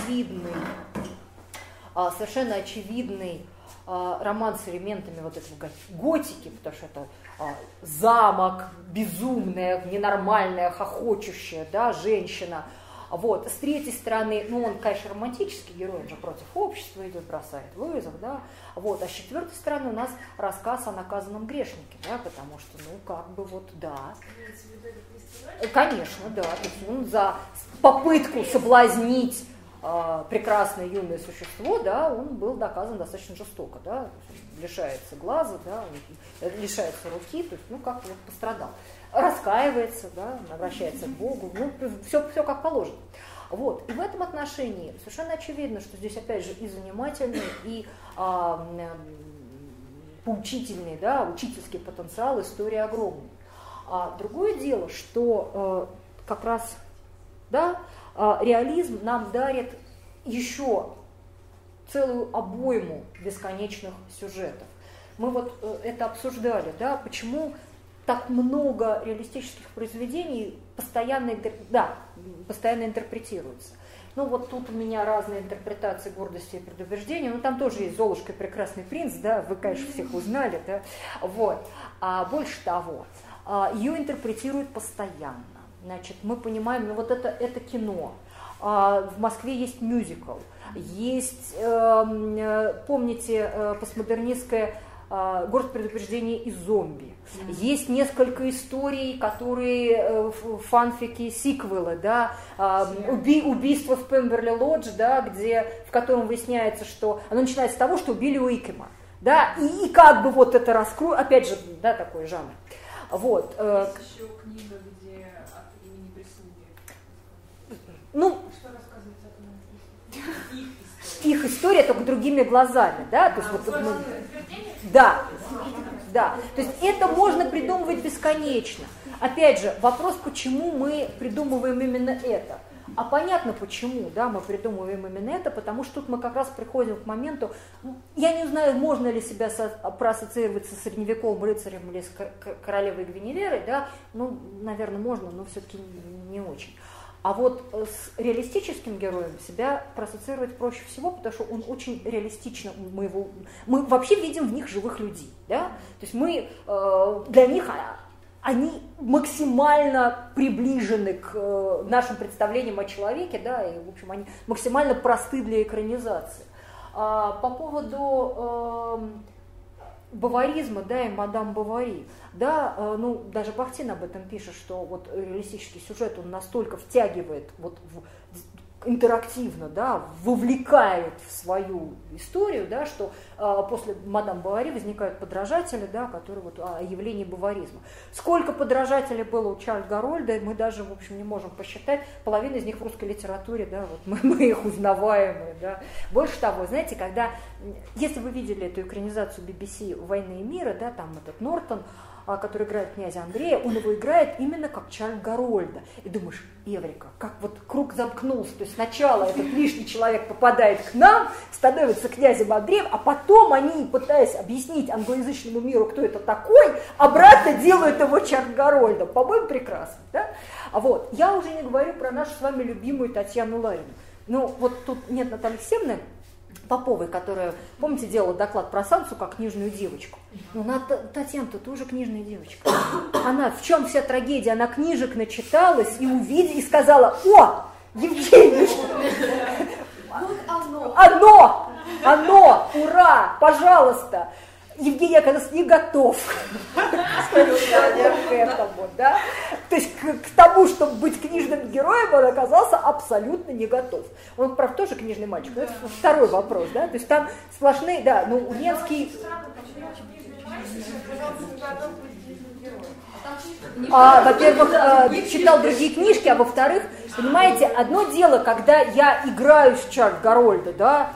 очевидный роман с элементами вот этого готики, потому что это замок, безумная, ненормальная, хохочущая, да, женщина. Вот. С третьей стороны, ну, он, конечно, романтический герой, он же против общества идет, бросает вызов, да. Вот. А с четвертой стороны у нас рассказ о наказанном грешнике, да, потому что, ну, как бы вот, да. Конечно, да. То есть он за попытку соблазнить прекрасное юное существо, да, он был доказан достаточно жестоко, да, лишается глаза, да, лишается руки, то есть, ну, как вот пострадал. Раскаивается, да, обращается к Богу, ну, все как положено. Вот. И в этом отношении совершенно очевидно, что здесь, опять же, и занимательный, и поучительный, да, учительский потенциал истории огромный. Другое дело, что как раз, да, реализм нам дарит еще целую обойму бесконечных сюжетов. Мы вот это обсуждали, да, почему так много реалистических произведений постоянно интерпретируется. Ну вот тут у меня разные интерпретации гордости и предубеждения, но там тоже есть Золушка и Прекрасный принц, да, вы, конечно, всех узнали, да, вот. А больше того, ее интерпретируют постоянно. Значит, мы понимаем, ну вот это кино. В Москве есть мюзикл, есть, помните, постмодернистское «Город предупреждения» и «Зомби». Есть несколько историй, которые фанфики, сиквелы, да, убийство в Пемберли-Лодж, да, в котором выясняется, что оно начинается с того, что убили Уикема, да, и как бы вот это раскрою, опять же, да, такой жанр. Вот. Есть еще книга, где от имени прислуги. Ну, Что рассказывается о том? их история только другими глазами, да, то есть вот, да, да, то есть это можно придумывать бесконечно. Опять же, вопрос, почему мы придумываем именно это. А понятно почему, да, мы придумываем именно это, потому что тут мы как раз приходим к моменту, я не знаю, можно ли себя проассоциировать со средневековым рыцарем или с королевой Гвиневерой, да, ну, наверное, можно, но все-таки не очень. А вот с реалистическим героем себя проассоциировать проще всего, потому что он очень реалистично, мы вообще видим в них живых людей, да, то есть мы для них они максимально приближены к нашим представлениям о человеке, да, и, в общем, они максимально просты для экранизации. По поводу баваризма, да, и мадам Бовари, да, ну, даже Бахтин об этом пишет, что вот реалистический сюжет, он настолько втягивает вот интерактивно, да, вовлекает в свою историю, да, что после мадам Бовари возникают подражатели, да, которые вот о явлении баваризма. Сколько подражателей было у Чарльза Гарольда, мы даже, в общем, не можем посчитать. Половина из них в русской литературе, да, вот мы их узнаваемые, да. Больше того, знаете, когда, если вы видели эту экранизацию BBC «Войны и мира», да, там этот Нортон, который играет князя Андрея, он его играет именно как Чарльза Гарольда. И думаешь, Эврика, как вот круг замкнулся. То есть сначала этот лишний человек попадает к нам, становится князем Андреем, а потом они, пытаясь объяснить англоязычному миру, кто это такой, обратно делают его Чарльза Гарольдом. По-моему, прекрасно. Да? А вот, я уже не говорю про нашу с вами любимую Татьяну Ларину. Ну, вот тут нет Натальи Алексеевны Поповой, которая, помните, делала доклад про Сансу как книжную девочку. Ну, Татьяна-то тоже книжная девочка. Она, в чем вся трагедия? Она книжек начиталась и увидела, и сказала: о, Евгений, оно, ура, пожалуйста. Евгений оказался не готов к этому, да? То есть к тому, чтобы быть книжным героем, он оказался абсолютно не готов. Он, правда, тоже книжный мальчик, но это второй вопрос, да? То есть там сплошные, да, ну, Ленский... Во-первых, читал другие книжки, а во-вторых, понимаете, одно дело, когда я играю с Чарльза Гарольда, да,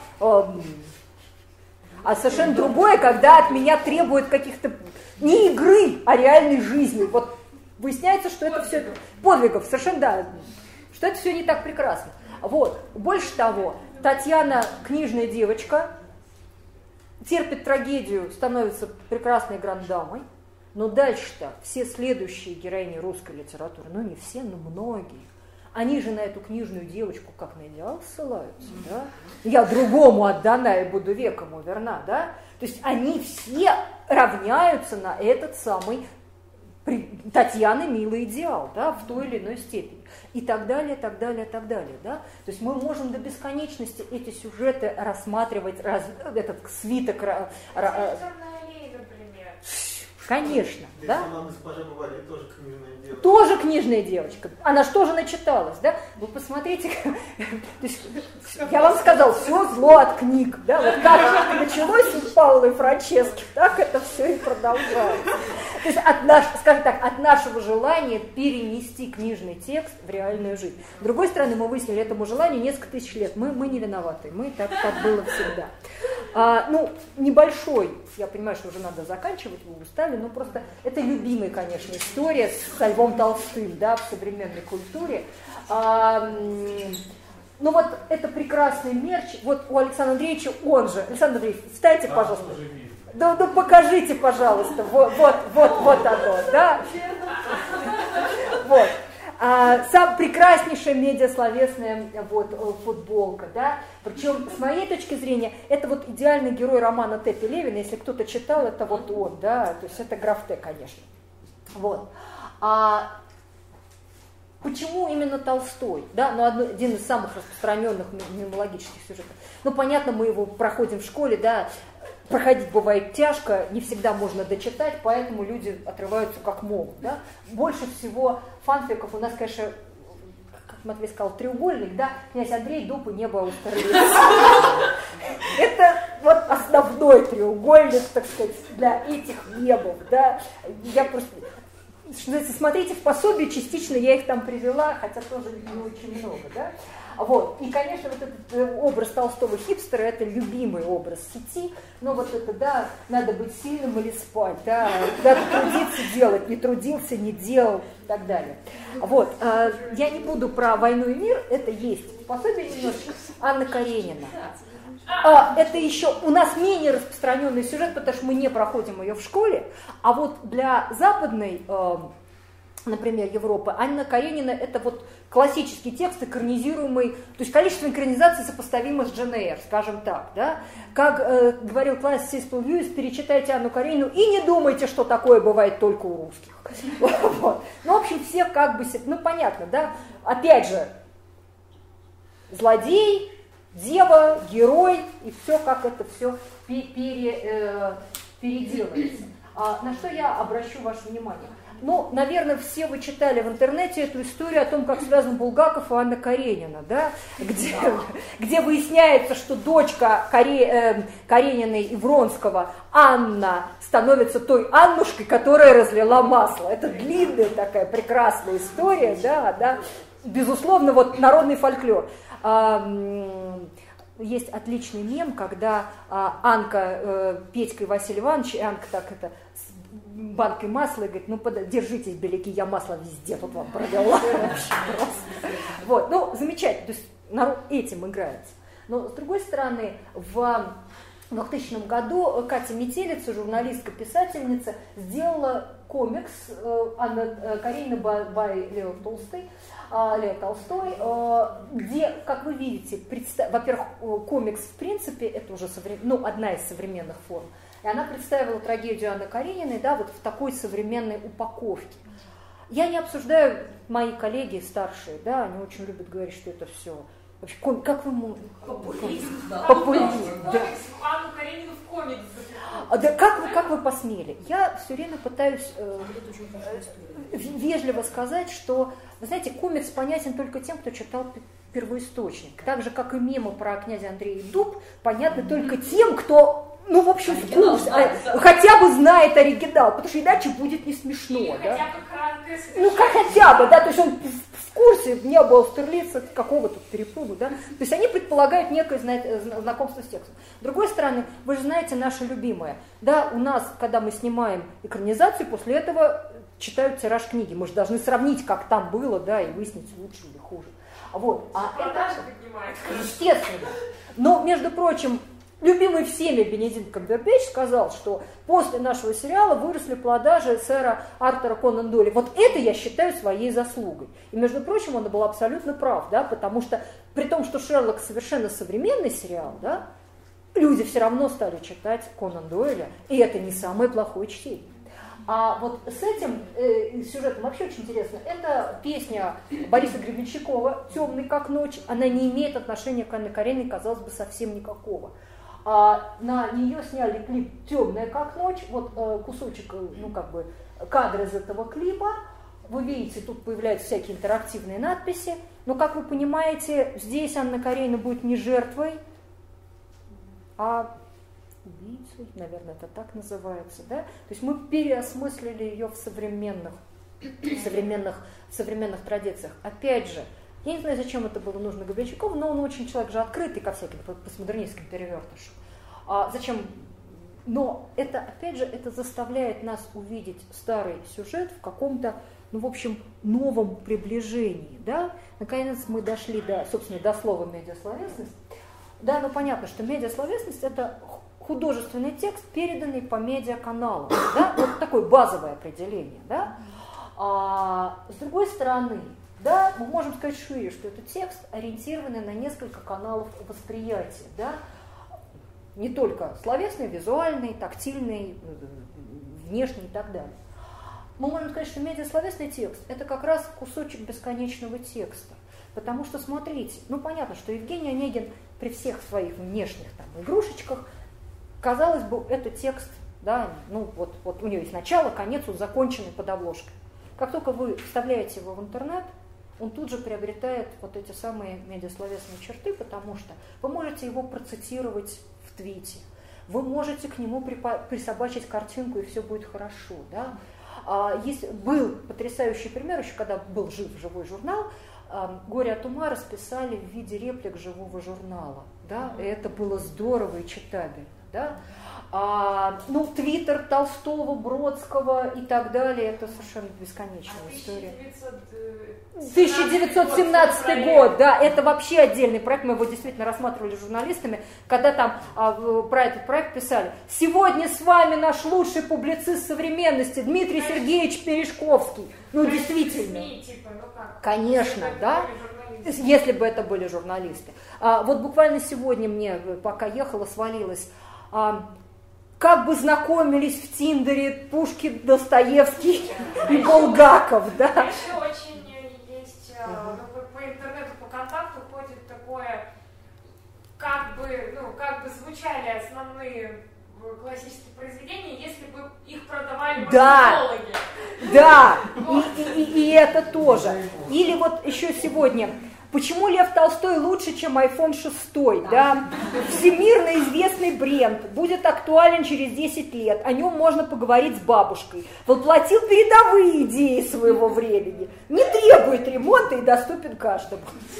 а совершенно другое, когда от меня требуют каких-то не игры, а реальной жизни. Вот выясняется, что это все подвигов, совершенно, да, что это все не так прекрасно. Вот. Больше того, Татьяна книжная девочка, терпит трагедию, становится прекрасной грандамой, но дальше-то все следующие героини русской литературы, ну не все, но многие, они же на эту книжную девочку как на идеал ссылаются, да? Я другому отдана и буду векому верна, да? То есть они все равняются на этот самый Татьяны милый идеал, да, в той или иной степени. И так далее, так далее, так далее, да? То есть мы можем до бесконечности эти сюжеты рассматривать, этот свиток... Конечно, да? Тоже книжная девочка. Она же тоже начиталась, да? Вы посмотрите, я вам сказал, все зло от книг, да? Вот как началось у Паула и Франчески, так это все и продолжается. То есть скажем так, от нашего желания перенести книжный текст в реальную жизнь. С другой стороны, мы выяснили этому желанию несколько тысяч лет. Мы не виноваты, мы так было всегда. Ну, небольшой, я понимаю, что уже надо заканчивать, вы устали, но просто это любимая, конечно, история с Львом Толстым, да, в современной культуре. Ну вот это прекрасный мерч, вот у Александра Андреевича он же. Александр Андреевич, встаньте, пожалуйста. Да покажите, пожалуйста, вот оно, да. Вот. Сам прекраснейшая медиасловесная вот, футболка, да, причем с моей точки зрения это вот идеальный герой романа Т. Пелевина, если кто-то читал, это вот он, да, то есть это граф Т, конечно, вот. Почему именно Толстой, да, ну один из самых распространенных мемологических сюжетов, ну понятно, мы его проходим в школе, да, проходить бывает тяжко, не всегда можно дочитать, поэтому люди отрываются как могут. Да? Больше всего фанфиков у нас, конечно, как Матвей сказал, треугольник, да, князь Андрей, дуб и небо Аустерлиц. Это вот основной треугольник, так сказать, для этих мемов. Да? Я просто... Смотрите, в пособии частично я их там привела, хотя тоже не очень много. Да? Вот. И, конечно, вот этот образ толстого хипстера – это любимый образ сети, но вот это, да, надо быть сильным или спать, да, надо трудиться делать, не трудился, не делал и так далее. Вот. Я не буду про «Войну и мир», это есть в пособии немножечко. Анна Каренина. Это еще у нас менее распространенный сюжет, потому что мы не проходим ее в школе, а вот для западной, например, Европы, Анна Каренина – это вот классический текст, экранизируемый, то есть количество экранизаций сопоставимо с Джейн Эйр, скажем так. Да? Как говорил Клайв Сисел Льюис, перечитайте Анну Каренину и не думайте, что такое бывает только у русских. Вот. Ну, в общем, все как бы, ну, понятно, да? Опять же, злодей, дева, герой, и все, как это все переделывается. На что я обращу ваше внимание? Ну, наверное, все вы читали в интернете эту историю о том, как связан Булгаков и Анна Каренина, да? где выясняется, что дочка Карениной и Вронского, Анна, становится той Аннушкой, которая разлила масло. Это длинная такая прекрасная история, да? Безусловно, вот народный фольклор. Есть отличный мем, когда Анка, Петька и Василий Иванович, и Анка так это банкой масла и говорит, ну держитесь, беляки, я масло везде тут вам провела. Вот, ну замечательно, то есть народ этим играется. Но с другой стороны, в 2000 году Катя Метелица, журналистка, писательница, сделала комикс Анна Каренина by Лео Толстой, где, как вы видите, во-первых, комикс в принципе, это уже одна из современных форм, и она представила трагедию Анны Карениной, да, вот в такой современной упаковке. Я не обсуждаю, мои коллеги старшие, да, они очень любят говорить, что это все. Вообще, как вы можете? Популизм, да. Популизм, да. Анну Каренину в комикс запихнули. Да, как вы посмели? Я все время пытаюсь вежливо сказать, что, вы знаете, комикс понятен только тем, кто читал первоисточник. Так же, как и мемы про князя Андрея и дуб, понятны только тем, кто... Ну, в общем, в курсе, хотя бы знает оригинал, потому что иначе будет не смешно. Или да? хотя бы краткое совершенно. Ну, хотя бы, да, то есть он в курсе, не было Аустерлица, какого-то перепугу, да. То есть они предполагают некое знакомство с текстом. С другой стороны, вы же знаете наше любимое, да, у нас, когда мы снимаем экранизацию, после этого читают тираж книги. Мы же должны сравнить, как там было, да, и выяснить, лучше или хуже. Вот. Продажи поднимает. Естественно. Но, между прочим, любимый всеми Бенедикт Камбербэтч сказал, что после нашего сериала выросли продажи сэра Артура Конан Дойля. Вот это я считаю своей заслугой. И, между прочим, он был абсолютно прав, да, потому что, при том, что Шерлок совершенно современный сериал, да, люди все равно стали читать Конан Дойля, и это не самое плохое чтение. А вот с этим сюжетом вообще очень интересно. Это песня Бориса Гребенщикова «Темный как ночь». Она не имеет отношения к Анне Карениной, казалось бы, совсем никакого. На нее сняли клип «Темная как ночь». Вот кусочек, ну как бы, кадр из этого клипа. Вы видите, тут появляются всякие интерактивные надписи. Но, как вы понимаете, здесь Анна Каренина будет не жертвой, а убийцей, наверное, это так называется, да? То есть мы переосмыслили ее в современных традициях. Опять же, я не знаю, зачем это было нужно Гребенщикову, но он очень человек же открытый ко всяким постмодернистским перевертышам. Зачем? Но это, опять же, это заставляет нас увидеть старый сюжет в каком-то, ну, в общем, новом приближении, да? Наконец мы дошли до, собственно, до слова медиасловесность. Да, ну понятно, что медиасловесность – это художественный текст, переданный по медиаканалу, да? Вот такое базовое определение, да? С другой стороны, да, мы можем сказать шире, что это текст, ориентированный на несколько каналов восприятия, да? Не только словесный, визуальный, тактильный, внешний и так далее. Мы можем сказать, что медиасловесный текст – это как раз кусочек бесконечного текста. Потому что, смотрите, ну понятно, что Евгений Онегин при всех своих внешних там игрушечках казалось бы, это текст, да, ну вот у него есть начало, конец, он законченный под обложкой. Как только вы вставляете его в интернет, он тут же приобретает вот эти самые медиасловесные черты, потому что вы можете его процитировать в твите, вы можете к нему присобачить картинку, и все будет хорошо. Да? Был потрясающий пример, еще когда был жив живой журнал, «Горе от ума» расписали в виде реплик живого журнала. Да? И это было здорово и читабельно. Да? Твиттер Толстого, Бродского и так далее, это совершенно бесконечная история. 1917 год, да, это вообще отдельный проект, мы его действительно рассматривали журналистами, когда там про этот проект писали: сегодня с вами наш лучший публицист современности Дмитрий Сергеевич Перешковский. Ну, действительно. Конечно, да, если бы это были журналисты. Вот буквально сегодня мне, пока ехала, свалилось... Как бы знакомились в Тиндере Пушкин, Достоевский и Булгаков, да? Еще очень есть, по интернету, по контакту ходит такое, как бы звучали основные классические произведения, если бы их продавали маркетологи. Да, и это тоже. Или вот еще сегодня... Почему Лев Толстой лучше, чем iPhone 6? Да? Всемирно известный бренд, будет актуален через 10 лет, о нем можно поговорить с бабушкой. Воплотил передовые идеи своего времени, не требует ремонта и доступен каждому.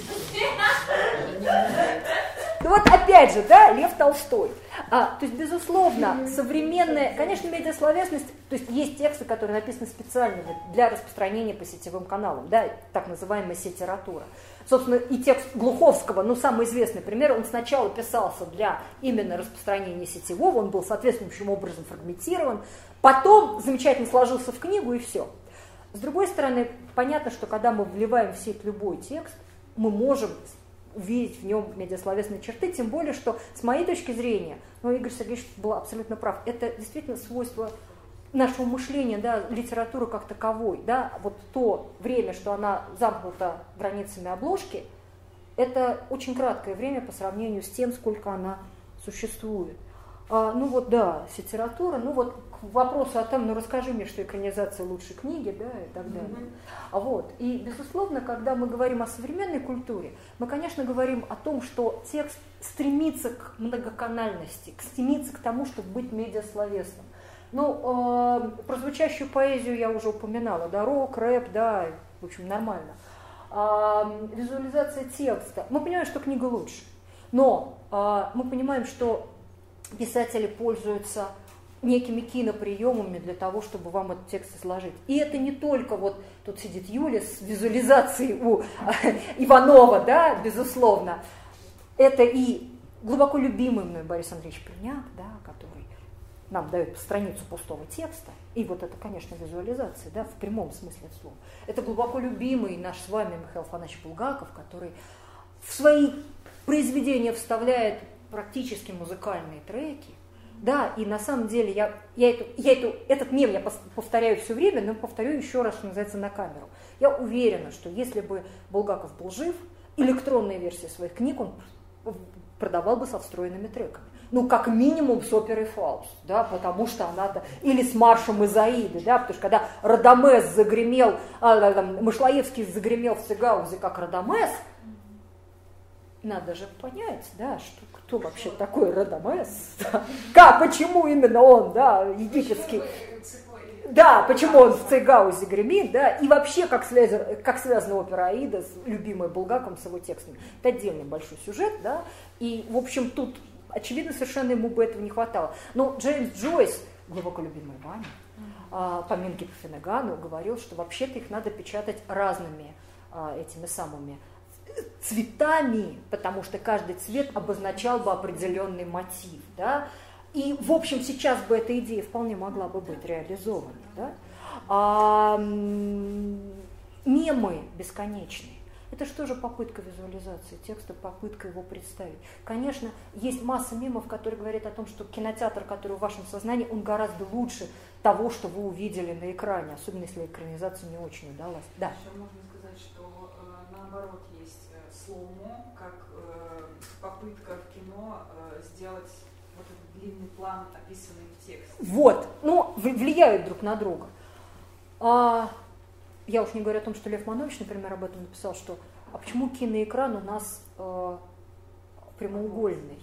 Ну вот опять же, да, Лев Толстой. То есть, безусловно, современная, конечно, медиасловесность, то есть есть тексты, которые написаны специально для распространения по сетевым каналам, да, так называемая сетература. Собственно, и текст Глуховского, ну, самый известный пример, он сначала писался для именно распространения сетевого, он был соответствующим образом фрагментирован, потом замечательно сложился в книгу и все. С другой стороны, понятно, что когда мы вливаем в сеть любой текст, мы можем увидеть в нем медиасловесные черты, тем более, что с моей точки зрения, ну, Игорь Сергеевич был абсолютно прав, это действительно свойство нашего мышления, да, литературы как таковой, да, вот то время, что она замкнута границами обложки, это очень краткое время по сравнению с тем, сколько она существует. Ну вот, да, литература, ну вот к вопросу о том, ну расскажи мне, что экранизация лучшей книги, да, и так далее. Вот, и, безусловно, когда мы говорим о современной культуре, мы, конечно, говорим о том, что текст стремится к многоканальности, стремится к тому, чтобы быть медиасловесным. Ну, про звучащую поэзию я уже упоминала, да, рок, рэп, да, в общем, нормально. Визуализация текста. Мы понимаем, что книга лучше, но мы понимаем, что писатели пользуются некими киноприемами для того, чтобы вам этот текст изложить. И это не только вот тут сидит Юля с визуализацией у Иванова, да, безусловно. Это и глубоко любимый мной Борис Андреевич Приняк, да, который нам дает страницу пустого текста, и вот это, конечно, визуализация, да, в прямом смысле слова. Это глубоко любимый наш с вами Михаил Афанасьевич Булгаков, который в свои произведения вставляет практически музыкальные треки, да, и на самом деле этот мем я повторяю все время, но повторю еще раз, что называется, на камеру. Я уверена, что если бы Булгаков был жив, электронные версии своих книг он продавал бы со встроенными треками. Ну, как минимум с оперой «Фауст», да, потому что она-то... Или с маршем Изаиды, да, потому что когда Радамес загремел, Мышлоевский загремел в Цигаузе как Радамес, надо же понять, да, что кто вообще такой Радамес, да, почему именно он, да, египетский... Да, почему он в Цигаузе гремит, да, и вообще как связана опера «Аида» с любимой Булгаковым, с его текстами. Это отдельный большой сюжет, да, и, в общем, тут, очевидно, совершенно ему бы этого не хватало. Но Джеймс Джойс, глубоко любимый вами, поминки по Финнегану, говорил, что вообще-то их надо печатать разными этими самыми цветами, потому что каждый цвет обозначал бы определенный мотив, да. И, в общем, сейчас бы эта идея вполне могла бы быть реализована. Да? Мемы бесконечные. Это что же попытка визуализации текста, попытка его представить. Конечно, есть масса мемов, которые говорят о том, что кинотеатр, который в вашем сознании, он гораздо лучше того, что вы увидели на экране, особенно если экранизация не очень удалась. Да. Еще можно сказать, что наоборот есть слоумо, как попытка в кино сделать вот этот длинный план план, описанный в тексте. Вот, ну, влияют друг на друга. Я уж не говорю о том, что Лев Манович, например, об этом написал, что а почему киноэкран у нас прямоугольный?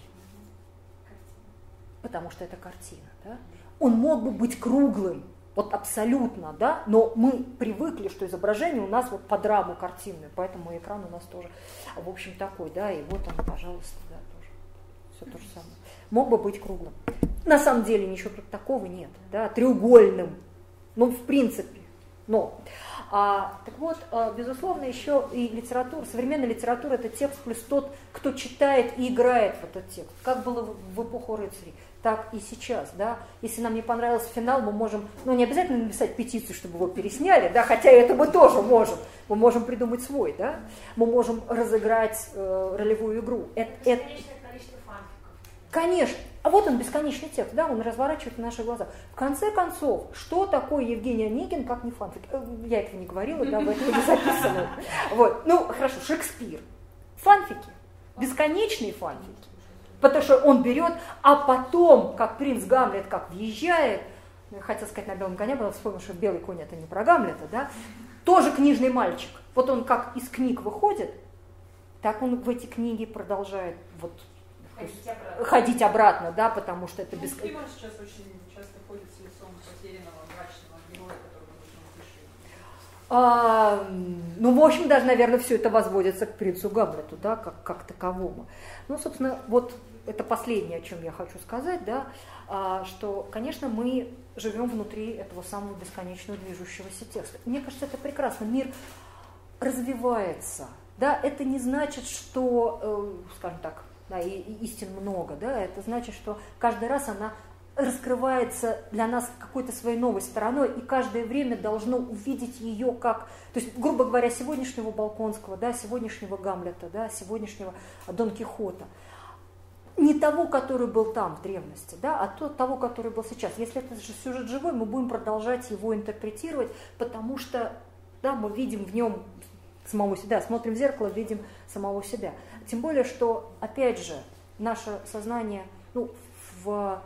Потому что это картина, да? Он мог бы быть круглым, вот абсолютно, да, но мы привыкли, что изображение у нас вот под раму картинное, поэтому экран у нас тоже, в общем, такой, да, и вот он, пожалуйста, да, тоже, все то же самое. Мог бы быть круглым. На самом деле ничего тут такого нет, да, треугольным, ну, в принципе, но. Так вот, безусловно, еще и литература, современная литература – это текст плюс тот, кто читает и играет в этот текст. Как было в эпоху рыцарей, так и сейчас. Да? Если нам не понравился финал, мы можем, ну, не обязательно написать петицию, чтобы его пересняли, да? Хотя это мы тоже можем. Мы можем придумать свой, да? Мы можем разыграть ролевую игру. Бесконечное количество фанфиков. Конечно. А вот он, бесконечный текст, да, он разворачивает на наших глазах. В конце концов, что такое Евгений Онегин, как не фанфик? Я этого не говорила, да, в этом не записывала. Вот. Ну, хорошо, Шекспир. Фанфики. Бесконечные фанфики. Потому что он берет, а потом, как принц Гамлет, как въезжает, хотел сказать на белом коне, потому вспомнил, что белый конь это не про Гамлета, да, тоже книжный мальчик. Вот он как из книг выходит, так он в эти книги продолжает вот ходить обратно, да, потому что это бесконечно. Ну, сейчас очень часто ходит с лицом потерянного мрачного героя, которого нужно утешить. Ну, в общем, даже, наверное, все это возводится к принцу Гамлету, да, как таковому. Ну, собственно, вот это последнее, о чем я хочу сказать, да, что, конечно, мы живем внутри этого самого бесконечного движущегося текста. Мне кажется, это прекрасно. Мир развивается, да, это не значит, что, скажем так, да, и истин много, да, это значит, что каждый раз она раскрывается для нас какой-то своей новой стороной, и каждое время должно увидеть ее как, то есть, грубо говоря, сегодняшнего Болконского, да, сегодняшнего Гамлета, да, сегодняшнего Дон Кихота. Не того, который был там в древности, да, а того, который был сейчас. Если это же сюжет живой, мы будем продолжать его интерпретировать, потому что, да, мы видим в нем самого себя, смотрим в зеркало, видим самого себя. Тем более, что, опять же, наше сознание, ну, в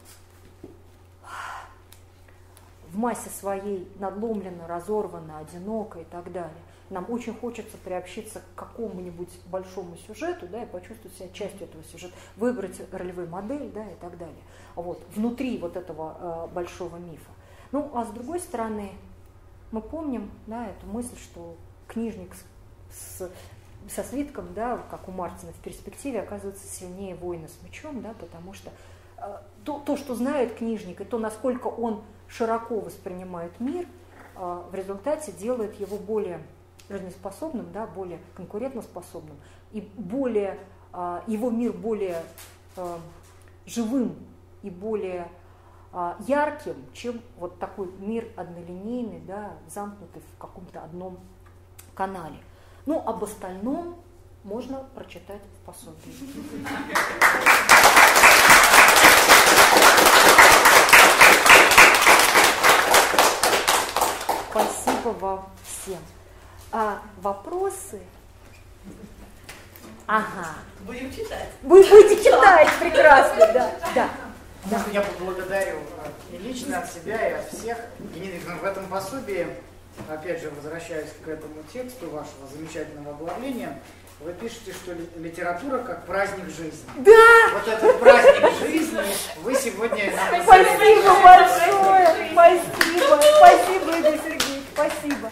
массе своей надломлено, разорвано, одиноко и так далее. Нам очень хочется приобщиться к какому-нибудь большому сюжету, да, и почувствовать себя частью этого сюжета, выбрать ролевую модель, да, и так далее. Вот, внутри вот этого большого мифа. Ну, а с другой стороны, мы помним, да, эту мысль, что книжник со свитком, да, как у Мартина в перспективе, оказывается сильнее воина с мечом, да, потому что то, что знает книжник, и то, насколько он широко воспринимает мир, в результате делает его более жизнеспособным, да, более конкурентоспособным, и более, его мир более живым и более ярким, чем вот такой мир однолинейный, да, замкнутый в каком-то одном канале. Ну, об остальном можно прочитать в пособии. Спасибо вам всем. Вопросы? Ага. Будем читать. Вы будете читать, прекрасно, да. Да. Да. Я поблагодарю и лично от себя, и от всех. И в этом пособии, опять же, возвращаясь к этому тексту вашего замечательного оглавления, вы пишете, что литература как праздник жизни. Да! Вот этот праздник жизни вы сегодня нам Спасибо большое! Спасибо! Спасибо, Игорь Сергеевич! Спасибо!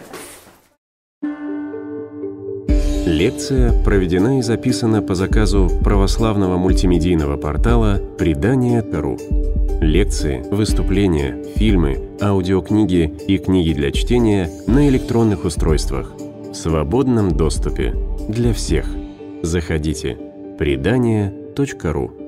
Лекция проведена и записана по заказу православного мультимедийного портала «Предания.ру». Лекции, выступления, фильмы, аудиокниги и книги для чтения на электронных устройствах в свободном доступе для всех. Заходите. Предания.ру